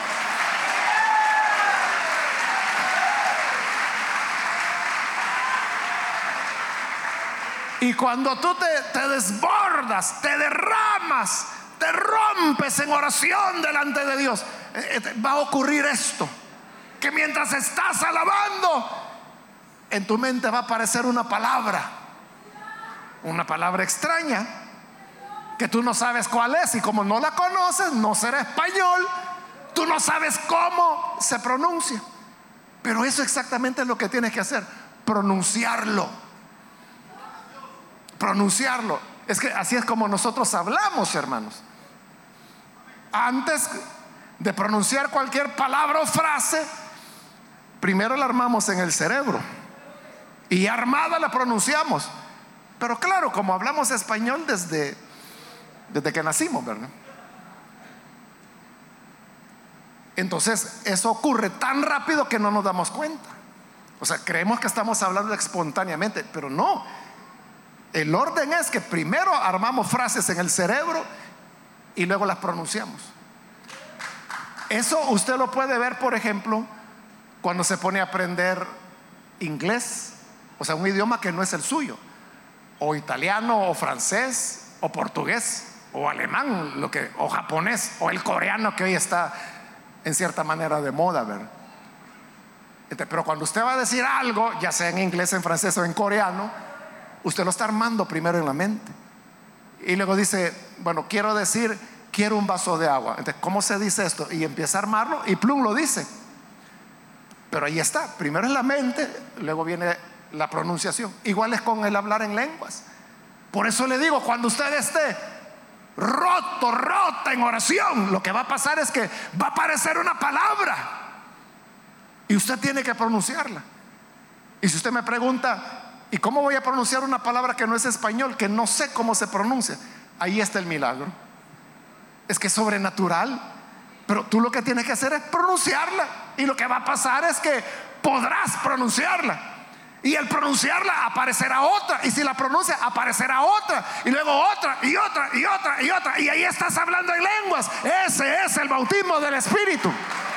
Y cuando tú te, te desbordas, te derramas, te rompes en oración delante de Dios, va a ocurrir esto: que mientras estás alabando, en tu mente va a aparecer una palabra, una palabra extraña que tú no sabes cuál es, y como no la conoces, no será español, tú no sabes cómo se pronuncia. Pero eso exactamente es lo que tienes que hacer: pronunciarlo. Pronunciarlo. Es que así es como nosotros hablamos, hermanos. Antes de pronunciar cualquier palabra o frase, primero la armamos en el cerebro y armada la pronunciamos. Pero claro, como hablamos español desde, desde que nacimos, ¿verdad? Entonces eso ocurre tan rápido que no nos damos cuenta. O sea, creemos que estamos hablando espontáneamente, pero no. El orden es que primero armamos frases en el cerebro y luego las pronunciamos. Eso usted lo puede ver, por ejemplo, cuando se pone a aprender inglés, o sea, un idioma que no es el suyo, o italiano, o francés, o portugués, o alemán, lo que, o japonés, o el coreano, que hoy está en cierta manera de moda, ¿verdad? Pero cuando usted va a decir algo, ya sea en inglés, en francés o en coreano, usted lo está armando primero en la mente y luego dice: bueno, quiero decir, quiero un vaso de agua. Entonces, ¿cómo se dice esto? Y empieza a armarlo y plum, lo dice. Pero ahí está, primero en la mente, luego viene la pronunciación. Igual es con el hablar en lenguas. Por eso le digo, cuando usted esté roto, rota en oración, lo que va a pasar es que va a aparecer una palabra y usted tiene que pronunciarla. Y si usted me pregunta: ¿y cómo voy a pronunciar una palabra que no es español, que no sé cómo se pronuncia? Ahí está el milagro. Es que es sobrenatural. Pero tú lo que tienes que hacer es pronunciarla, y lo que va a pasar es que podrás pronunciarla, y al pronunciarla aparecerá otra, y si la pronuncia aparecerá otra, y luego otra y otra y otra y otra, y ahí estás hablando en lenguas. Ese es el bautismo del Espíritu.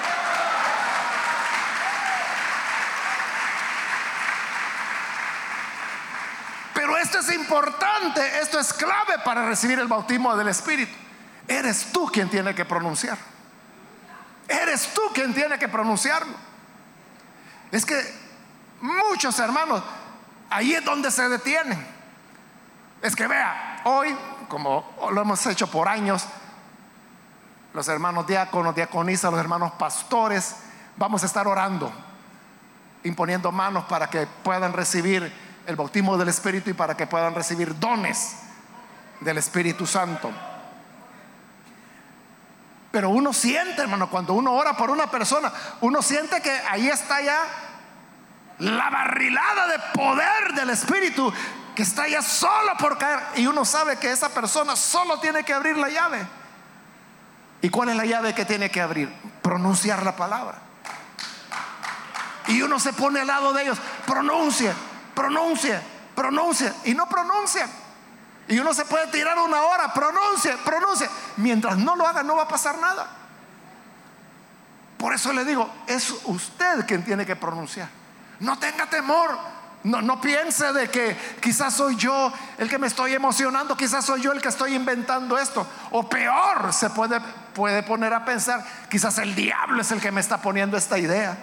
Pero esto es importante, esto es clave para recibir el bautismo del Espíritu. Eres tú quien tiene que pronunciar. Eres tú quien tiene que pronunciarlo. Es que muchos hermanos, ahí es donde se detienen. Es que vea, hoy, como lo hemos hecho por años, los hermanos diáconos, diaconisas, los hermanos pastores, vamos a estar orando, imponiendo manos para que puedan recibir el bautismo del Espíritu y para que puedan recibir dones del Espíritu Santo. Pero uno siente, hermano, cuando uno ora por una persona, uno siente que ahí está ya la barrilada de poder del Espíritu, que está ya solo por caer, y uno sabe que esa persona solo tiene que abrir la llave. ¿Y cuál es la llave que tiene que abrir? Pronunciar la palabra. Y uno se pone al lado de ellos: pronuncia, pronuncia, pronuncia, y no pronuncia. Y uno se puede tirar una hora: pronuncia, pronuncia. Mientras no lo haga, no va a pasar nada. Por eso le digo, es usted quien tiene que pronunciar. No tenga temor No, no piense de que quizás soy yo el que me estoy emocionando, quizás soy yo el que estoy inventando esto. O peor, se puede, puede poner a pensar, quizás el diablo es el que me está poniendo esta idea.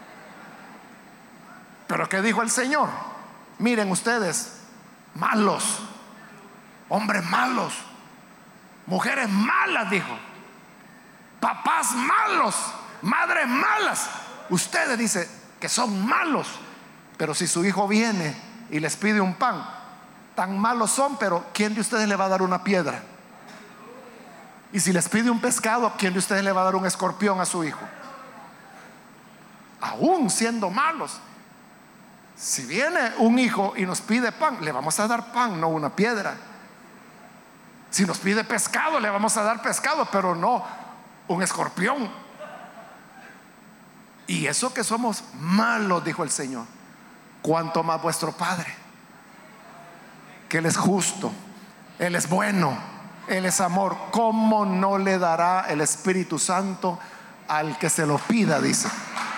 Pero ¿qué dijo el Señor? Miren ustedes, malos, hombres malos, mujeres malas, dijo, papás malos, madres malas. Ustedes dicen que son malos, pero si su hijo viene y les pide un pan, tan malos son, pero ¿quién de ustedes le va a dar una piedra? Y si les pide un pescado, ¿quién de ustedes le va a dar un escorpión a su hijo? Aún siendo malos, si viene un hijo y nos pide pan, le vamos a dar pan, no una piedra. Si nos pide pescado, le vamos a dar pescado, pero no un escorpión. Y eso que somos malos, dijo el Señor, cuanto más vuestro Padre, que Él es justo, Él es bueno, Él es amor, ¿cómo no le dará el Espíritu Santo al que se lo pida? Dice.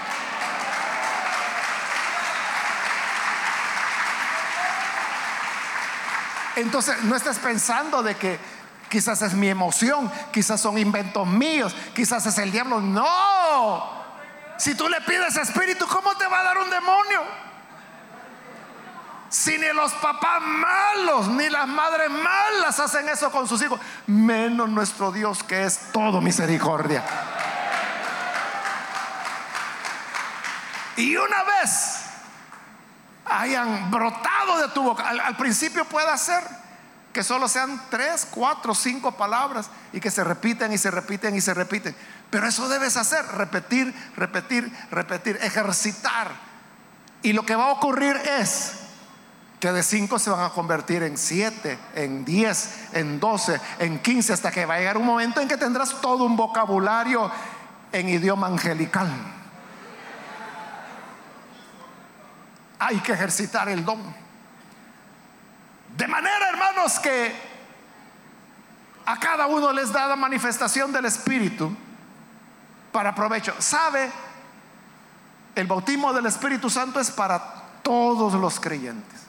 Entonces no estés pensando de que quizás es mi emoción, quizás son inventos míos, quizás es el diablo. No, si tú le pides espíritu, ¿cómo te va a dar un demonio? Si ni los papás malos ni las madres malas hacen eso con sus hijos, menos nuestro Dios, que es todo misericordia. Y una vez hayan brotado de tu boca, al, al principio puede ser que solo sean tres, cuatro, cinco palabras y que se repiten y se repiten y se repiten, pero eso debes hacer, repetir, repetir, repetir, ejercitar. Y lo que va a ocurrir es que de cinco se van a convertir en siete, en diez, en doce, en quince, hasta que va a llegar un momento en que tendrás todo un vocabulario en idioma angelical. Hay que ejercitar el don, de manera, hermanos, que a cada uno les da la manifestación del Espíritu para provecho. ¿Sabe? El bautismo del Espíritu Santo es para todos los creyentes.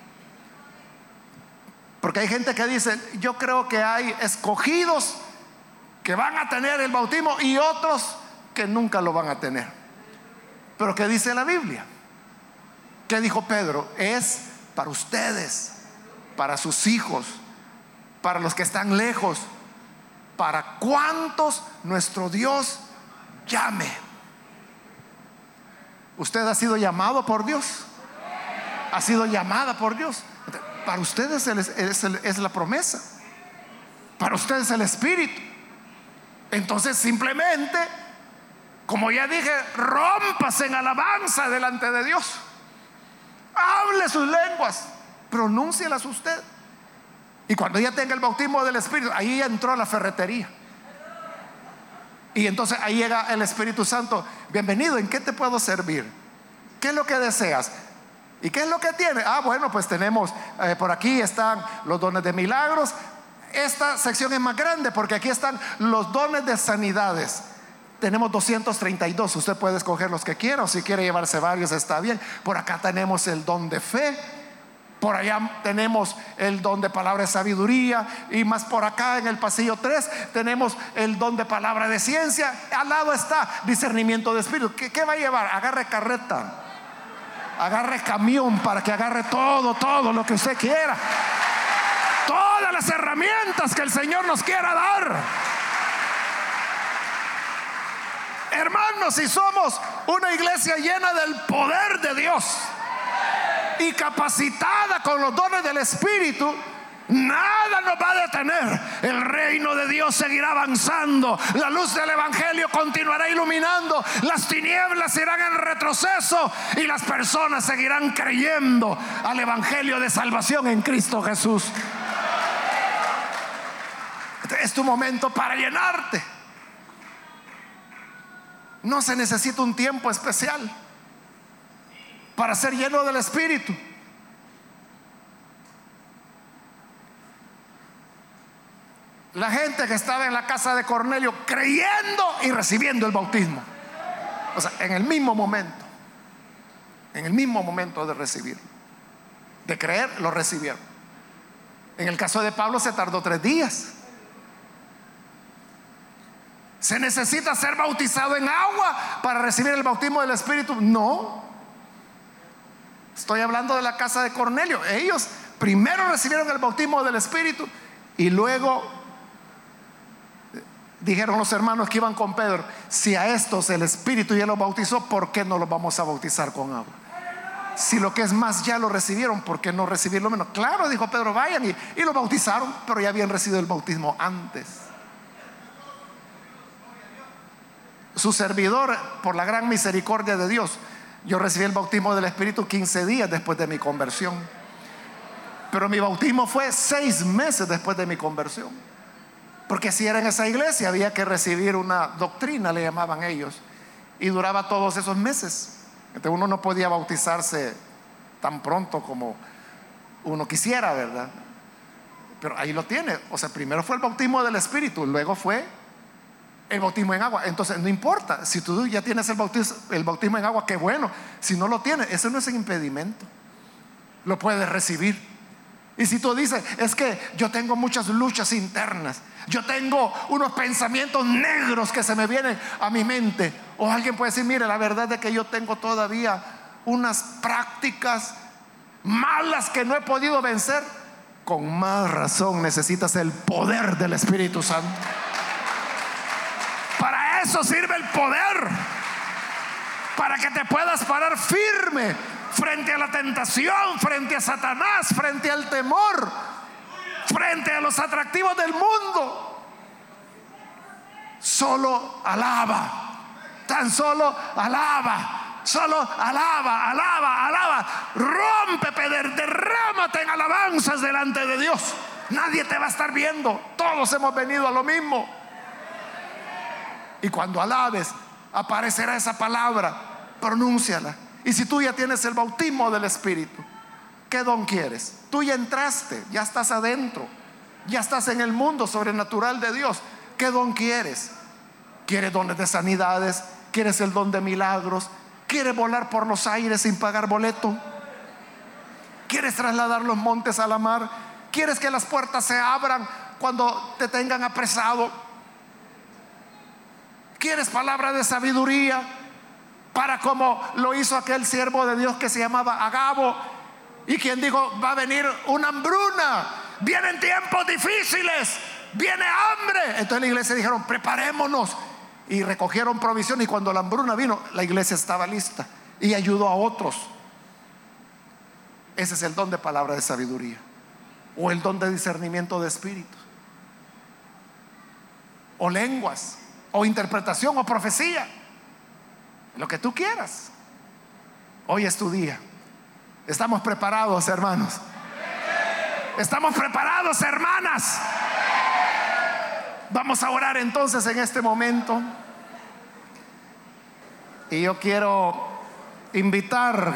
Porque hay gente que dice, yo creo que hay escogidos que van a tener el bautismo y otros que nunca lo van a tener. Pero ¿qué dice la Biblia? ¿Qué dijo Pedro? Es para ustedes, para sus hijos, para los que están lejos, para cuantos nuestro Dios llame. ¿Usted ha sido llamado por Dios? ¿Ha sido llamada por Dios? Para ustedes es, es, es la promesa, para ustedes el Espíritu. Entonces simplemente, como ya dije, rómpase en alabanza delante de Dios. Hable sus lenguas, pronúncielas usted. Y cuando ya tenga el bautismo del Espíritu, ahí entró a la ferretería. Y entonces ahí llega el Espíritu Santo. Bienvenido, ¿en qué te puedo servir? ¿Qué es lo que deseas? ¿Y qué es lo que tiene? Ah, bueno, pues tenemos, eh, por aquí están los dones de milagros. Esta sección es más grande porque aquí están los dones de sanidades. Tenemos doscientos treinta y dos. Usted puede escoger los que quiera, o si quiere llevarse varios está bien. Por acá tenemos el don de fe, por allá tenemos el don de palabra de sabiduría, y más por acá en el pasillo tres tenemos el don de palabra de ciencia. Al lado está discernimiento de espíritu. ¿Qué, qué va a llevar? Agarre carreta, agarre camión para que agarre todo, todo lo que usted quiera, todas las herramientas que el Señor nos quiera dar. Hermanos, si somos una iglesia llena del poder de Dios y capacitada con los dones del Espíritu, nada nos va a detener. El reino de Dios seguirá avanzando, la luz del Evangelio continuará iluminando, las tinieblas irán en retroceso y las personas seguirán creyendo al Evangelio de salvación en Cristo Jesús. Es tu momento para llenarte. No se necesita un tiempo especial para ser lleno del Espíritu. La gente que estaba en la casa de Cornelio creyendo y recibiendo el bautismo, o sea, en el mismo momento, en el mismo momento de recibirlo. de creer, lo recibieron. En el caso de Pablo se tardó tres días. ¿Se necesita ser bautizado en agua para recibir el bautismo del Espíritu? No. Estoy hablando de la casa de Cornelio. Ellos primero recibieron el bautismo del Espíritu y luego dijeron los hermanos que iban con Pedro: si a estos el Espíritu ya los bautizó, ¿por qué no los vamos a bautizar con agua? Si lo que es más ya lo recibieron, ¿por qué no recibirlo menos? Claro, dijo Pedro, vayan, y, y lo bautizaron, pero ya habían recibido el bautismo antes. Su servidor, por la gran misericordia de Dios, yo recibí el bautismo del Espíritu quince días después de mi conversión, pero mi bautismo fue seis meses después de mi conversión, porque si era en esa iglesia había que recibir una doctrina, le llamaban ellos, y duraba todos esos meses. Entonces uno no podía bautizarse tan pronto como uno quisiera, ¿verdad? Pero ahí lo tiene. O sea, primero fue el bautismo del Espíritu, luego fue el bautismo en agua. Entonces no importa, si tú ya tienes el bautismo, el bautismo en agua, qué bueno. Si no lo tienes, eso no es un impedimento, lo puedes recibir. Y si tú dices: es que yo tengo muchas luchas internas, yo tengo unos pensamientos negros que se me vienen a mi mente, o alguien puede decir: mire, la verdad es que yo tengo todavía unas prácticas malas que no he podido vencer. Con más razón necesitas el poder del Espíritu Santo. Para eso sirve el poder, para que te puedas parar firme frente a la tentación, frente a Satanás, frente al temor, frente a los atractivos del mundo. Solo alaba, tan solo alaba, solo alaba, alaba, alaba. Rompe, Pedro, derrámate en alabanzas delante de Dios. Nadie te va a estar viendo, todos hemos venido a lo mismo. Y cuando alabes, aparecerá esa palabra, pronúnciala. Y si tú ya tienes el bautismo del Espíritu, ¿qué don quieres? Tú ya entraste, ya estás adentro, ya estás en el mundo sobrenatural de Dios. ¿Qué don quieres? ¿Quieres dones de sanidades? ¿Quieres el don de milagros? ¿Quieres volar por los aires sin pagar boleto? ¿Quieres trasladar los montes a la mar? ¿Quieres que las puertas se abran cuando te tengan apresado? ¿Quieres palabra de sabiduría para como lo hizo aquel siervo de Dios que se llamaba Agabo, y quien dijo: va a venir una hambruna, vienen tiempos difíciles, viene hambre? Entonces la iglesia dijeron: preparémonos, y recogieron provisión, y cuando la hambruna vino, la iglesia estaba lista y ayudó a otros. Ese es el don de palabra de sabiduría, o el don de discernimiento de espíritus, o lenguas, o interpretación, o profecía, lo que tú quieras. Hoy es tu día. Estamos preparados, hermanos. Estamos preparados, hermanas. Vamos a orar entonces en este momento. Y yo quiero invitar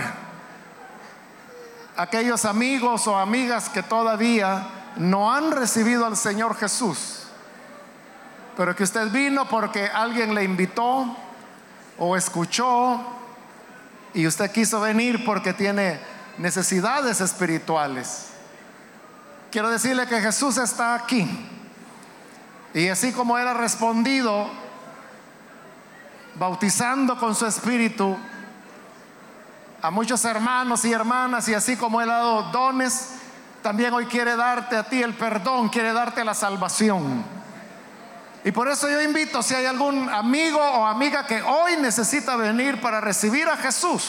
a aquellos amigos o amigas que todavía no han recibido al Señor Jesús, pero que usted vino porque alguien le invitó o escuchó, y usted quiso venir porque tiene necesidades espirituales. Quiero decirle que Jesús está aquí, y así como Él ha respondido bautizando con su Espíritu a muchos hermanos y hermanas, y así como Él ha dado dones, también hoy quiere darte a ti el perdón, quiere darte la salvación. Y por eso yo invito, si hay algún amigo o amiga que hoy necesita venir para recibir a Jesús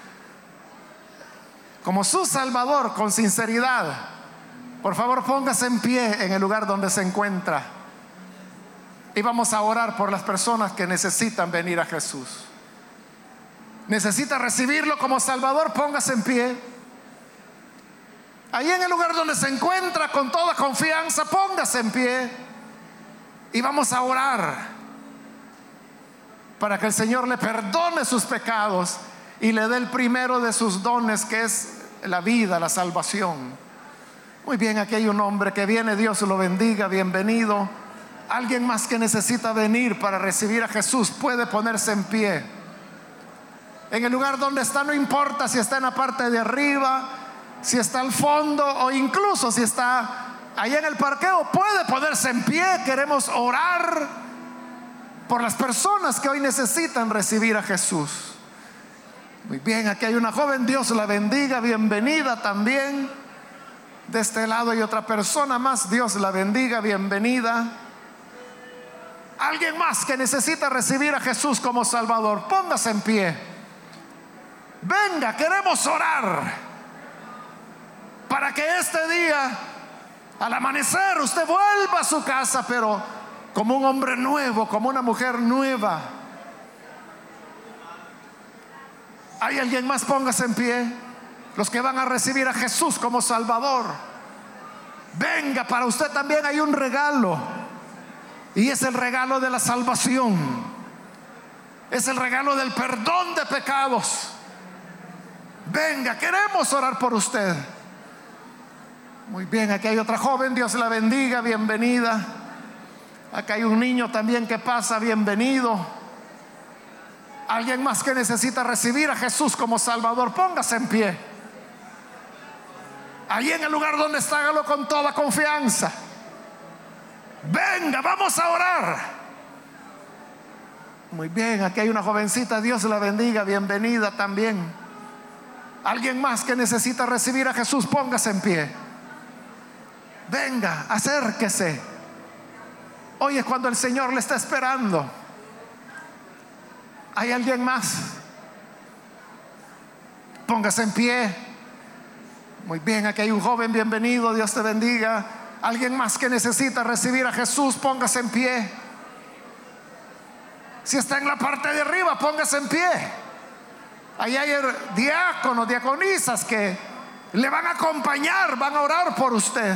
como su Salvador con sinceridad, por favor póngase en pie en el lugar donde se encuentra, y vamos a orar por las personas que necesitan venir a Jesús. Necesita recibirlo como Salvador, póngase en pie. Ahí en el lugar donde se encuentra, con toda confianza, póngase en pie. Y vamos a orar para que el Señor le perdone sus pecados y le dé el primero de sus dones, que es la vida, la salvación. Muy bien, aquí hay un hombre que viene, Dios lo bendiga, bienvenido. Alguien más que necesita venir para recibir a Jesús puede ponerse en pie. En el lugar donde está, no importa si está en la parte de arriba, Si está al fondo o incluso si está ahí en el parqueo, puede ponerse en pie. Queremos orar por las personas que hoy necesitan recibir a Jesús. Muy bien, aquí hay una joven, Dios la bendiga, bienvenida también. De este lado hay otra persona más, Dios la bendiga, bienvenida. Alguien más que necesita recibir a Jesús como Salvador, póngase en pie. Venga, queremos orar para que este día, al amanecer, usted vuelva a su casa, pero como un hombre nuevo, como una mujer nueva. ¿Hay alguien más? Póngase en pie. Los que van a recibir a Jesús como Salvador, venga, para usted también hay un regalo, y es el regalo de la salvación. Es el regalo del perdón de pecados. Venga, queremos orar por usted. Muy bien, aquí hay otra joven, Dios la bendiga, bienvenida. Acá hay un niño también que pasa, bienvenido. Alguien más que necesita recibir a Jesús como Salvador, póngase en pie. Allí en el lugar donde está, hágalo con toda confianza. Venga, vamos a orar. Muy bien, aquí hay una jovencita, Dios la bendiga, bienvenida también. Alguien más que necesita recibir a Jesús, póngase en pie. Venga, acérquese. Hoy es cuando el Señor le está esperando. ¿Hay alguien más? Póngase en pie. Muy bien, aquí hay un joven, bienvenido, Dios te bendiga. Alguien más que necesita recibir a Jesús, póngase en pie. Si está en la parte de arriba, póngase en pie. Ahí hay diáconos, diaconisas que le van a acompañar, van a orar por usted.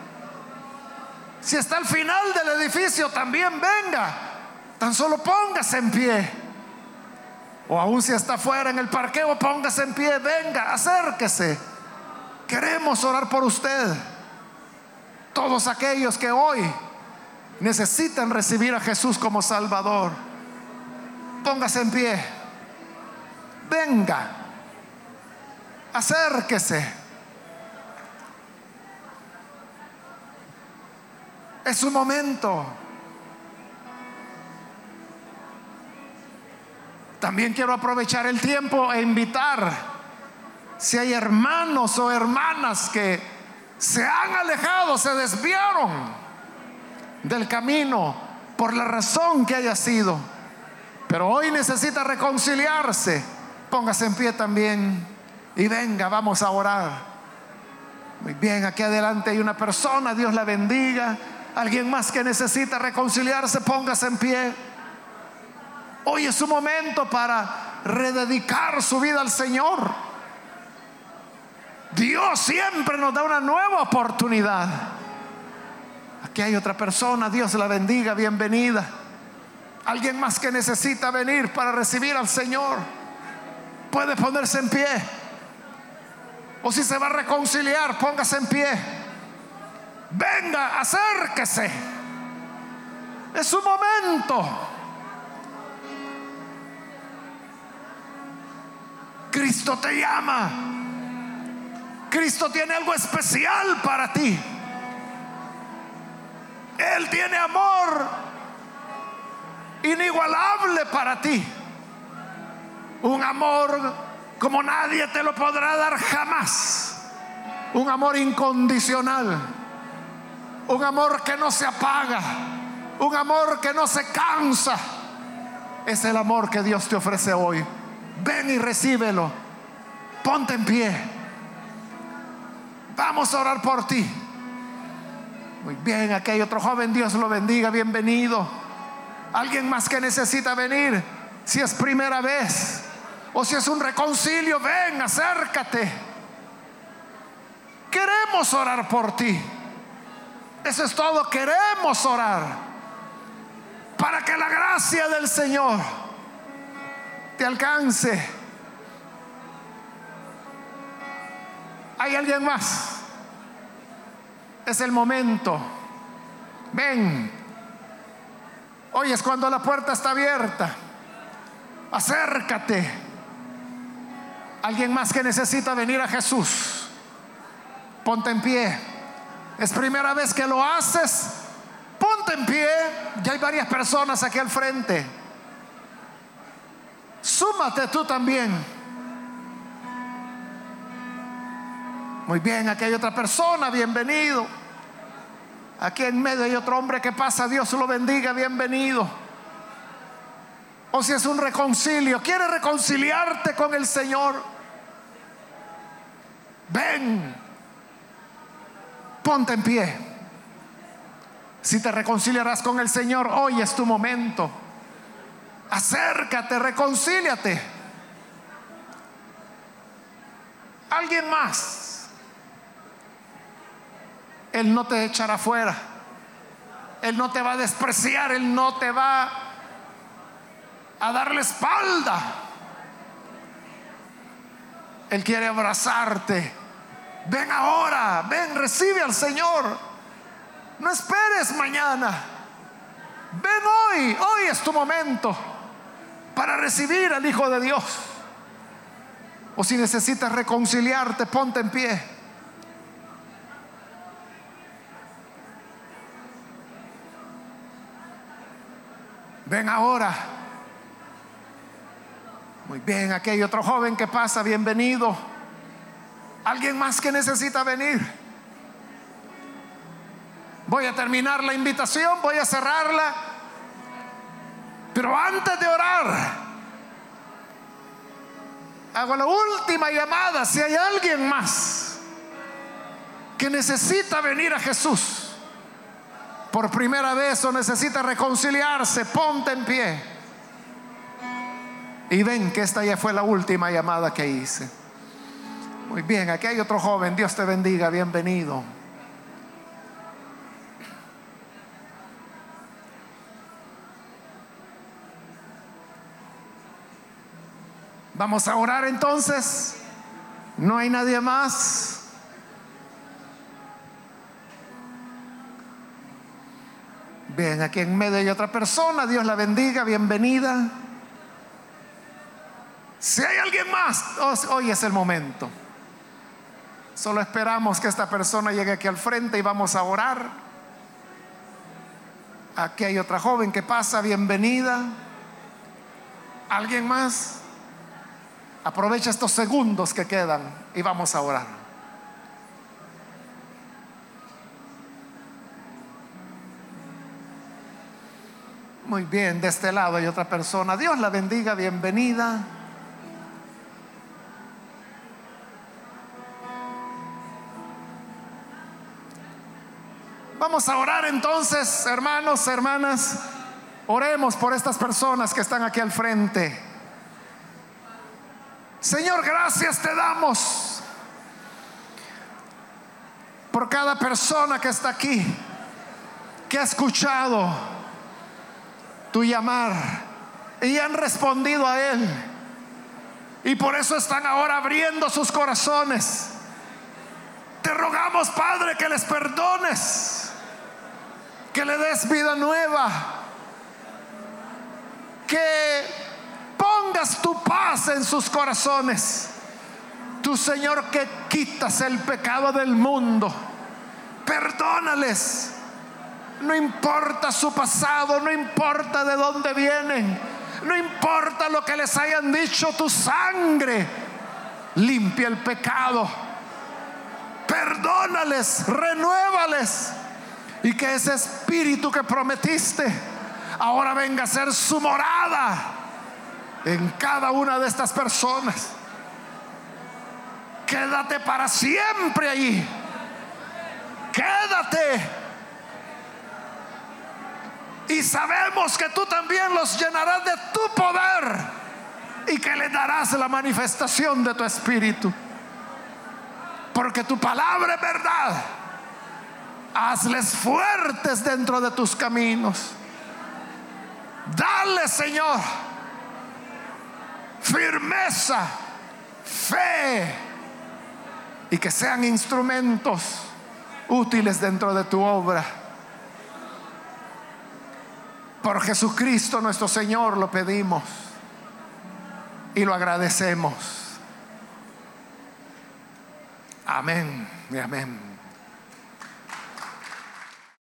Si está al final del edificio, también venga. Tan solo póngase en pie. O aún si está afuera en el parqueo, póngase en pie. Venga, acérquese. Queremos orar por usted. Todos aquellos que hoy necesitan recibir a Jesús como Salvador, póngase en pie. Venga, acérquese. Es su momento. También quiero aprovechar el tiempo e invitar, si hay hermanos o hermanas que se han alejado, se desviaron del camino por la razón que haya sido, pero hoy necesita reconciliarse, póngase en pie también y venga, vamos a orar. Muy bien, aquí adelante hay una persona, Dios la bendiga. Alguien más que necesita reconciliarse, póngase en pie. Hoy es su momento para rededicar su vida al Señor. Dios siempre nos da una nueva oportunidad. Aquí hay otra persona, Dios la bendiga, bienvenida. Alguien más que necesita venir para recibir al Señor, puede ponerse en pie. O si se va a reconciliar, póngase en pie. Venga, acérquese. Es su momento. Cristo te llama. Cristo tiene algo especial para ti. Él tiene amor inigualable para ti. Un amor como nadie te lo podrá dar jamás. Un amor incondicional. Un amor que no se apaga. Un amor que no se cansa. Es el amor que Dios te ofrece hoy. Ven y recíbelo. Ponte en pie. Vamos a orar por ti. Muy bien, aquí hay otro joven, Dios lo bendiga, bienvenido. Alguien más que necesita venir, si es primera vez o si es un reconcilio, ven, acércate. Queremos orar por ti. Eso es todo, queremos orar para que la gracia del Señor te alcance. ¿Hay alguien más? Es el momento. Ven. Hoy es cuando la puerta está abierta. Acércate. Alguien más que necesita venir a Jesús. Ponte en pie. Es primera vez que lo haces, ponte en pie. Ya hay varias personas aquí al frente. Súmate tú también. Muy bien, aquí hay otra persona, bienvenido. Aquí en medio hay otro hombre que pasa, Dios lo bendiga, bienvenido. O si es un reconcilio, quiere reconciliarte con el Señor, ven, ponte en pie. Si te reconciliarás con el Señor, hoy es tu momento. Acércate, reconcíliate. Alguien más, Él no te echará fuera. Él no te va a despreciar. Él no te va a dar la espalda. Él quiere abrazarte. Ven ahora, ven, recibe al Señor. No esperes mañana. Ven hoy, hoy es tu momento para recibir al Hijo de Dios. O si necesitas reconciliarte, ponte en pie. Ven ahora. Muy bien, aquí hay otro joven que pasa, bienvenido. Alguien más que necesita venir. Voy a terminar la invitación, voy a cerrarla. Pero antes de orar, hago la última llamada. Si hay alguien más que necesita venir a Jesús por primera vez o necesita reconciliarse, ponte en pie y ven que esta ya fue la última llamada que hice. Muy bien, aquí hay otro joven. Dios te bendiga, bienvenido. Vamos a orar entonces. ¿No hay nadie más? Bien, aquí en medio hay otra persona. Dios la bendiga, bienvenida. Si hay alguien más, hoy es el momento. Solo esperamos que esta persona llegue aquí al frente y vamos a orar. Aquí hay otra joven que pasa, bienvenida. ¿Alguien más? Aprovecha estos segundos que quedan y vamos a orar. Muy bien, de este lado hay otra persona. Dios la bendiga, bienvenida. Vamos a orar entonces, hermanos, hermanas. Oremos por estas personas que están aquí al frente. Señor, gracias te damos por cada persona que está aquí, que ha escuchado tu llamar y han respondido a él, y por eso están ahora abriendo sus corazones. Te rogamos, Padre, que les perdones, que le des vida nueva, que pongas tu paz en sus corazones. Tú, Señor, que quitas el pecado del mundo, perdónales. No importa su pasado, no importa de dónde vienen, no importa lo que les hayan dicho, tu sangre limpia el pecado. Perdónales, renuévales, y que ese espíritu que prometiste ahora venga a ser su morada en cada una de estas personas. Quédate para siempre allí. Quédate. Y sabemos que tú también los llenarás de tu poder y que les darás la manifestación de tu espíritu. Porque tu palabra es verdad. Hazles fuertes dentro de tus caminos. Dale, Señor, firmeza, fe, y que sean instrumentos útiles dentro de tu obra. Por Jesucristo nuestro Señor lo pedimos y lo agradecemos. Amén y amén.